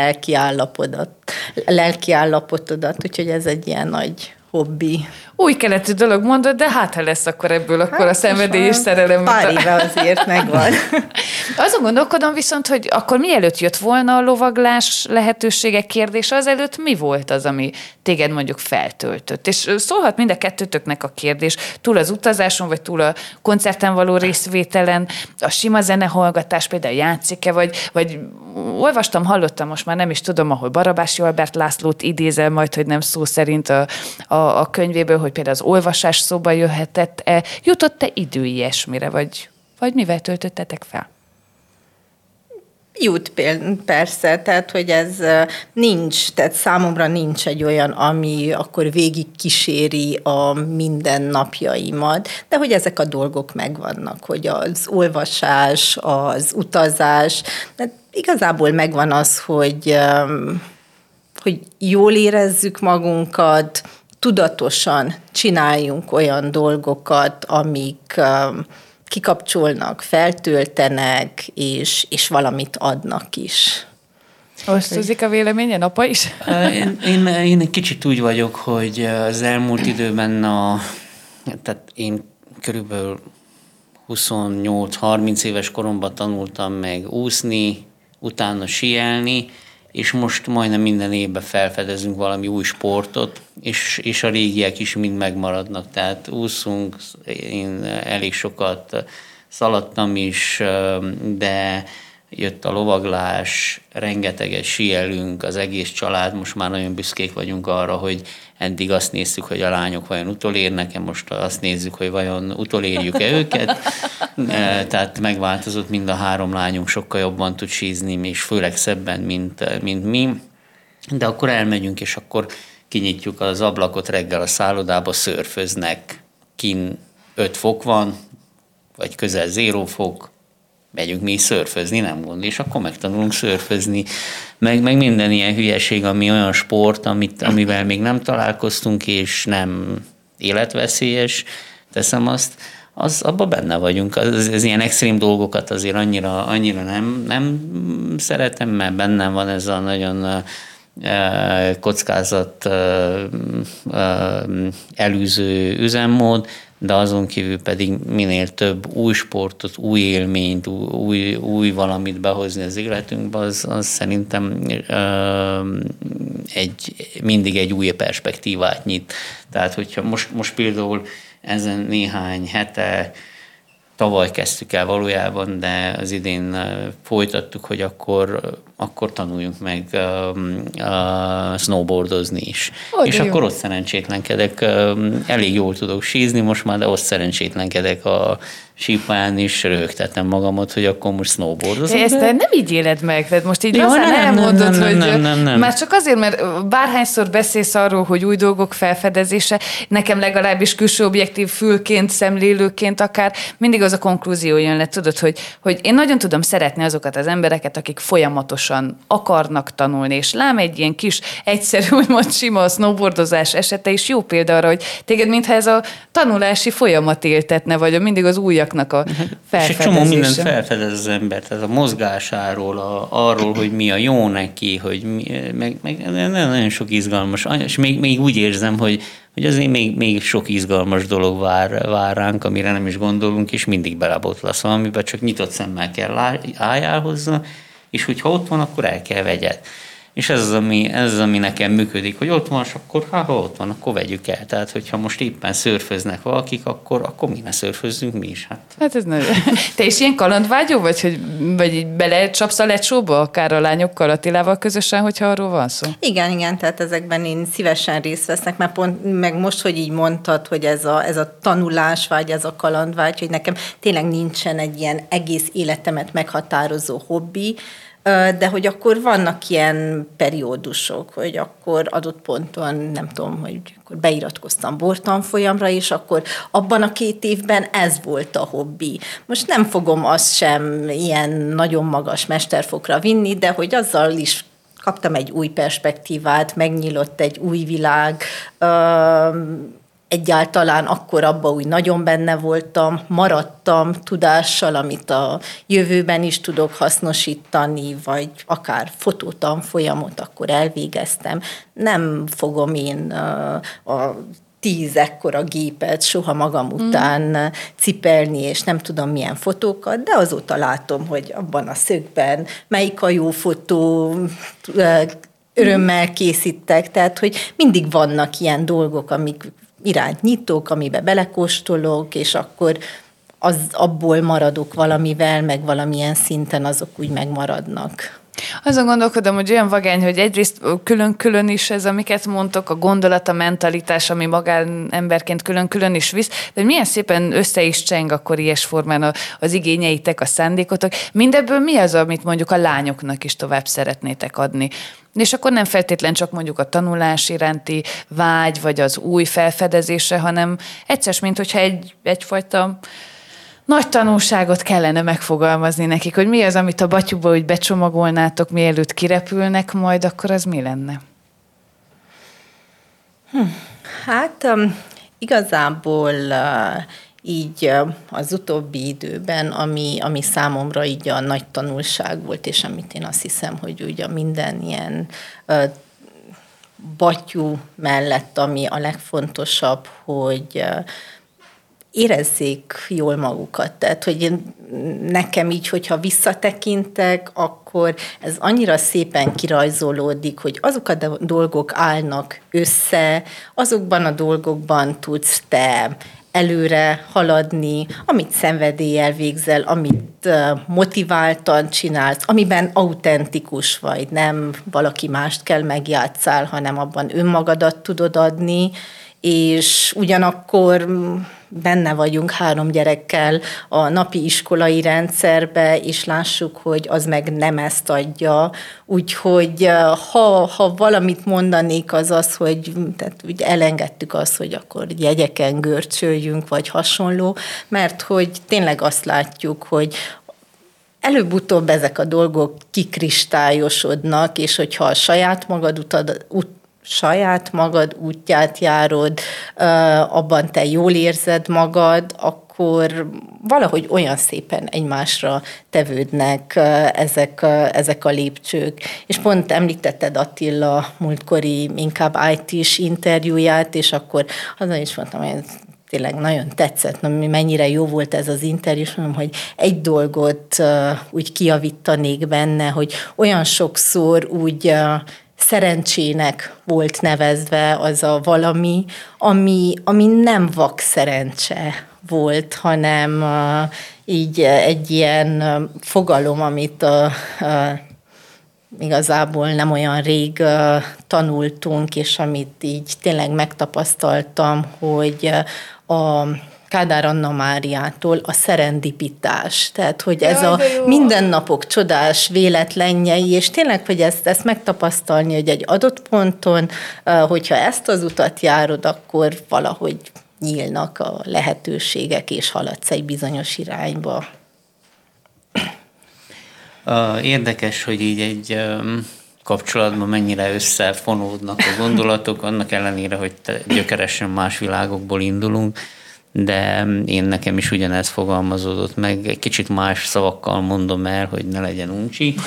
lelki állapotodat, úgyhogy ez egy ilyen nagy hobbi. Új keletű dolog mondod, de hát ha lesz akkor ebből akkor a szenvedély és szerelem. Pár éve azért megvan. Azon gondolkodom viszont, hogy akkor mielőtt jött volna a lovaglás lehetőségek kérdése, azelőtt mi volt az, ami téged mondjuk feltöltött? És szólhat mind a kettőtöknek a kérdés, túl az utazáson, vagy túl a koncerten való részvételen, a sima zenehallgatás például játszik-e, vagy olvastam, hallottam, most már nem is tudom, ahol Barabási Albert Lászlót idézel majd, hogy nem szó szerint a könyvéből, hogy például az olvasás szóba jöhetett-e, jutott-e idő ilyesmire, vagy mivel töltöttetek fel? Jut persze, tehát hogy ez nincs, tehát számomra nincs egy olyan, ami akkor végig kíséri a mindennapjaimat, de hogy ezek a dolgok megvannak, hogy az olvasás, az utazás, de igazából megvan az, hogy jól érezzük magunkat, tudatosan csináljunk olyan dolgokat, amik kikapcsolnak, feltöltenek, és valamit adnak is. Osztozik a véleményen, apa is? Én egy kicsit úgy vagyok, hogy az elmúlt időben tehát én körülbelül 28-30 éves koromban tanultam meg úszni, utána síelni, és most majdnem minden évben felfedezünk valami új sportot, és a régiek is mind megmaradnak. Tehát úszunk, én elég sokat szaladtam is, de jött a lovaglás, rengeteget síelünk, az egész család, most már nagyon büszkék vagyunk arra, hogy eddig azt néztük, hogy a lányok vajon utolérnek-e, most azt nézzük, hogy vajon utolérjük-e őket. Tehát megváltozott, mind a 3 lányunk sokkal jobban tud sízni, és főleg szebben, mint mi. De akkor elmegyünk, és akkor kinyitjuk az ablakot reggel a szállodába, szörföznek, kin 5 fok van, vagy közel 0 fok, megyünk mi szörfözni, nem gond, és akkor megtanulunk szörfözni, meg minden ilyen hülyeség, ami olyan sport, amivel még nem találkoztunk, és nem életveszélyes, teszem azt, abban benne vagyunk. Az ilyen extrém dolgokat azért annyira nem szeretem, mert bennem van ez a nagyon kockázat elűző üzemmód, de azon kívül pedig minél több új sportot, új élményt, új valamit behozni az életünkbe, az szerintem mindig egy új perspektívát nyit. Tehát, hogyha most például ezen néhány hete, tavaly kezdtük el valójában, de az idén folytattuk, hogy akkor akkor tanuljunk meg snowboardozni is. És jó. akkor ott szerencsétlenkedek, elég jól tudok sízni most már, de ott szerencsétlenkedek a sípályán is, röhögtetem magamat, hogy akkor most snowboardozom. Ezt nem így éled meg, tehát most így Jó, aztán elmondod, hogy nem. már csak azért, mert bárhányszor beszélsz arról, hogy új dolgok felfedezése, nekem legalábbis külső objektív fülként, szemlélőként akár, mindig az a konklúzió jön le, tudod, hogy én nagyon tudom szeretni azokat az embereket, akik folyamatosan akarnak tanulni, és lám egy ilyen kis, egyszerű, úgymond sima snowboardozás esete is jó példa arra, hogy téged mintha ez a tanulási folyamat éltetne, vagy mindig az újaknak a felfedezése. És egy csomó mindent felfedez az ember, tehát a mozgásáról, arról, hogy mi a jó neki, hogy meg nagyon sok izgalmas, és még úgy érzem, hogy azért még sok izgalmas dolog vár ránk, amire nem is gondolunk, és mindig belebotlasz valamiben, csak nyitott szemmel kell álljál hozzá, és hogyha ott van, akkor el kell vegyed. És ez az, ami nekem működik, hogy ott van, és akkor ha ott van, akkor vegyük el. Tehát, hogyha most éppen szörföznek valakik, akkor mi ne szörfözzünk mi is. Hát ez nagyon... Te is ilyen kalandvágyó vagy, vagy belecsapsz a lecsóba, akár a lányokkal, Attilával közösen, hogyha arról van szó? Igen, tehát ezekben én szívesen részt veszek, mert pont meg most, hogy így mondtad, hogy ez a tanulásvágy, ez a kalandvágy, hogy nekem tényleg nincsen egy ilyen egész életemet meghatározó hobbi, de hogy akkor vannak ilyen periódusok, hogy akkor adott ponton, nem tudom, hogy akkor beiratkoztam bortanfolyamra, és akkor abban a 2 évben ez volt a hobbi. Most nem fogom azt sem ilyen nagyon magas mesterfokra vinni, de hogy azzal is kaptam egy új perspektívát, megnyílott egy új világ, egyáltalán akkor abban úgy nagyon benne voltam, maradtam tudással, amit a jövőben is tudok hasznosítani, vagy akár fotótanfolyamot akkor elvégeztem. Nem fogom én a 10 ekkora gépet soha magam után cipelni, és nem tudom milyen fotókat, de azóta látom, hogy abban a szögben melyik a jó fotó, örömmel készítek, tehát hogy mindig vannak ilyen dolgok, amik iránt nyitok, amiben belekóstolok, és akkor abból maradok valamivel, meg valamilyen szinten azok úgy megmaradnak. Azon gondolkodom, hogy olyan vagány, hogy egyrészt külön-külön is ez, amiket mondtok, a gondolat, a mentalitás, ami magánemberként külön-külön is visz, de hogy milyen szépen össze is cseng akkor ilyes formán az igényeitek, a szándékotok. Mindebből mi az, amit mondjuk a lányoknak is tovább szeretnétek adni? És akkor nem feltétlen csak mondjuk a tanulás iránti vágy, vagy az új felfedezése, hanem egyszer, mint hogyha egyfajta nagy tanulságot kellene megfogalmazni nekik, hogy mi az, amit a batyuba úgy becsomagolnátok, mielőtt kirepülnek majd, akkor az mi lenne? Hát igazából így az utóbbi időben, ami számomra így a nagy tanulság volt, és amit én azt hiszem, hogy ugye minden ilyen batyú mellett, ami a legfontosabb, hogy érezzék jól magukat. Tehát, hogy nekem így, hogyha visszatekintek, akkor ez annyira szépen kirajzolódik, hogy azok a dolgok állnak össze, azokban a dolgokban tudsz te előre haladni, amit szenvedéllyel végzel, amit motiváltan csinálsz, amiben autentikus vagy, nem valaki mást kell megjátszál, hanem abban önmagadat tudod adni, és ugyanakkor benne vagyunk 3 gyerekkel a napi iskolai rendszerbe, és lássuk, hogy az meg nem ezt adja. Úgyhogy ha valamit mondanék, az, hogy tehát úgy elengedtük azt, hogy akkor jegyeken görcsöljünk, vagy hasonló, mert hogy tényleg azt látjuk, hogy előbb-utóbb ezek a dolgok kikristályosodnak, és hogyha a saját magad útját járod, abban te jól érzed magad, akkor valahogy olyan szépen egymásra tevődnek ezek a lépcsők. És pont említetted Attila múltkori inkább IT-s interjúját, és akkor azon is mondtam, hogy tényleg nagyon tetszett, mennyire jó volt ez az interjú, és mondom, hogy egy dolgot úgy kijavítanék benne, hogy olyan sokszor úgy szerencsének volt nevezve az a valami, ami nem vak szerencse volt, hanem így egy ilyen fogalom, amit igazából nem olyan rég tanultunk, és amit így tényleg megtapasztaltam, hogy a Kádár Anna Máriától a szerendipitás, tehát hogy ez a mindennapok csodás véletlenjei, és tényleg, hogy ezt megtapasztalni, hogy egy adott ponton, hogyha ezt az utat járod, akkor valahogy nyílnak a lehetőségek, és haladsz egy bizonyos irányba. Érdekes, hogy így egy kapcsolatban mennyire összefonódnak a gondolatok, annak ellenére, hogy gyökeresen más világokból indulunk, de nekem is ugyanez fogalmazódott meg, egy kicsit más szavakkal mondom el, hogy ne legyen uncsi,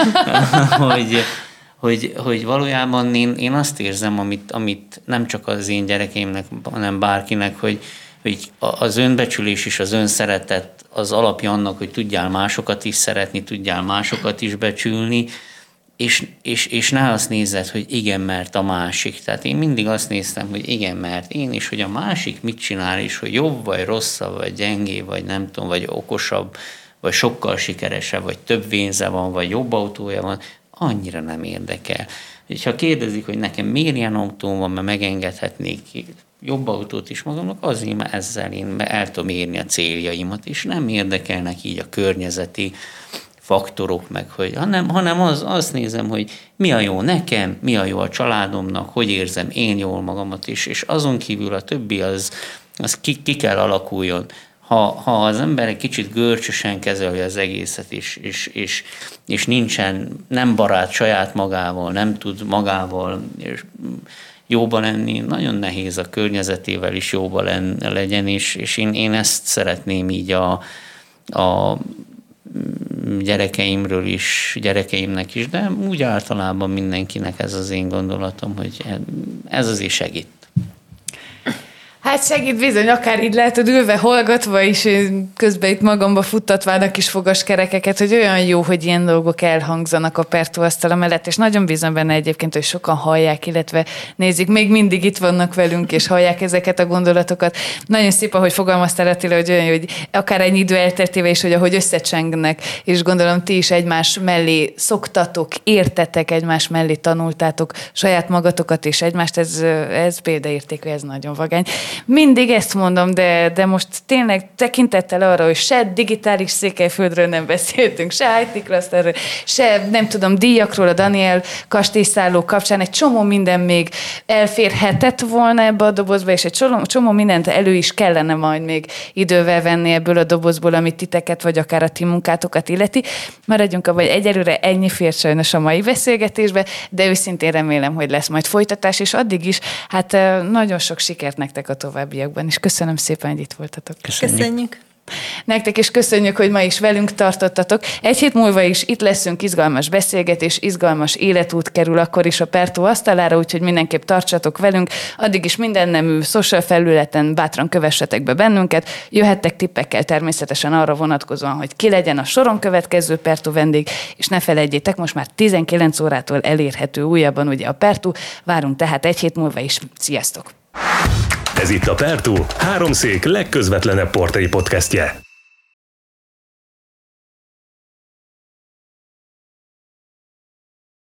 hogy valójában én azt érzem, amit nem csak az én gyerekeimnek, hanem bárkinek, hogy az önbecsülés és az önszeretet az alapja annak, hogy tudjál másokat is szeretni, tudjál másokat is becsülni, és ne azt nézed, hogy igen, mert a másik. Tehát én mindig azt néztem, hogy igen, mert én, és hogy a másik mit csinál, és hogy jobb, vagy rosszabb, vagy gyengé, vagy nem tudom, vagy okosabb, vagy sokkal sikeresebb, vagy több pénze van, vagy jobb autója van, annyira nem érdekel. És ha kérdezik, hogy nekem miért ilyen autóm van, mert megengedhetnék jobb autót is magamnak, azért, mert ezzel én el tudom érni a céljaimat, és nem érdekelnek így a környezeti faktorok meg, hanem azt nézem, hogy mi a jó nekem, mi a jó a családomnak, hogy érzem én jól magamat is, és azon kívül a többi az ki kell alakuljon. Ha az ember egy kicsit görcsösen kezeli az egészet, és nem barát saját magával, nem tud magával jóba lenni, nagyon nehéz a környezetével is jóba legyen, és én ezt szeretném így a gyerekeimnek is, de úgy általában mindenkinek ez az én gondolatom, hogy ez azért segít. Hát segít bizony, akár így lehetod ülve, hallgatva is, közben itt magamba futtatván a kis fogaskerekeket, hogy olyan jó, hogy ilyen dolgok elhangzanak a Pertú-asztala mellett, és nagyon bízom benne egyébként, hogy sokan hallják, illetve nézik, még mindig itt vannak velünk, és hallják ezeket a gondolatokat. Nagyon szép, ahogy fogalmaztál, Attila, hogy olyan, hogy akár ennyi idő elteltével is, hogy ahogy összecsengnek, és gondolom ti is egymás mellé szoktatok, értetek, egymás mellé tanultátok saját magatokat és egymást, ez példaértékű, ez nagyon vagány. Mindig ezt mondom, de most tényleg tekintettel arra, hogy se digitális Székelyföldről nem beszéltünk, se IT Clusterről, se nem tudom, díjakról, a Daniel kastélyszálló kapcsán egy csomó minden még elférhetett volna ebbe a dobozba, és egy csomó mindent elő is kellene majd még idővel venni ebből a dobozból, amit titeket, vagy akár a ti munkátokat illeti. Maradjunk abban, hogy egyelőre ennyi fért sajnos a mai beszélgetésbe, de őszintén remélem, hogy lesz majd folytatás, és addig is hát nagyon sok sikert nektek a továbbiakban is. Köszönöm szépen, hogy itt voltatok. Köszönjük. Nektek is köszönjük, hogy ma is velünk tartottatok. Egy hét múlva is itt leszünk, izgalmas beszélgetés, izgalmas életút kerül akkor is a Pertú asztalára, úgyhogy mindenképp tartsatok velünk. Addig is minden nemű social felületen bátran kövessetek be bennünket. Jöhettek tippekkel természetesen arra vonatkozóan, hogy ki legyen a soron következő Pertú vendég, és ne felejtjétek, most már 19 órától elérhető újabban ugye a Pertú. Várunk tehát egy hét múlva is. Sziasztok! Ez itt a Pertú, háromszék legközvetlenebb portré podcastje.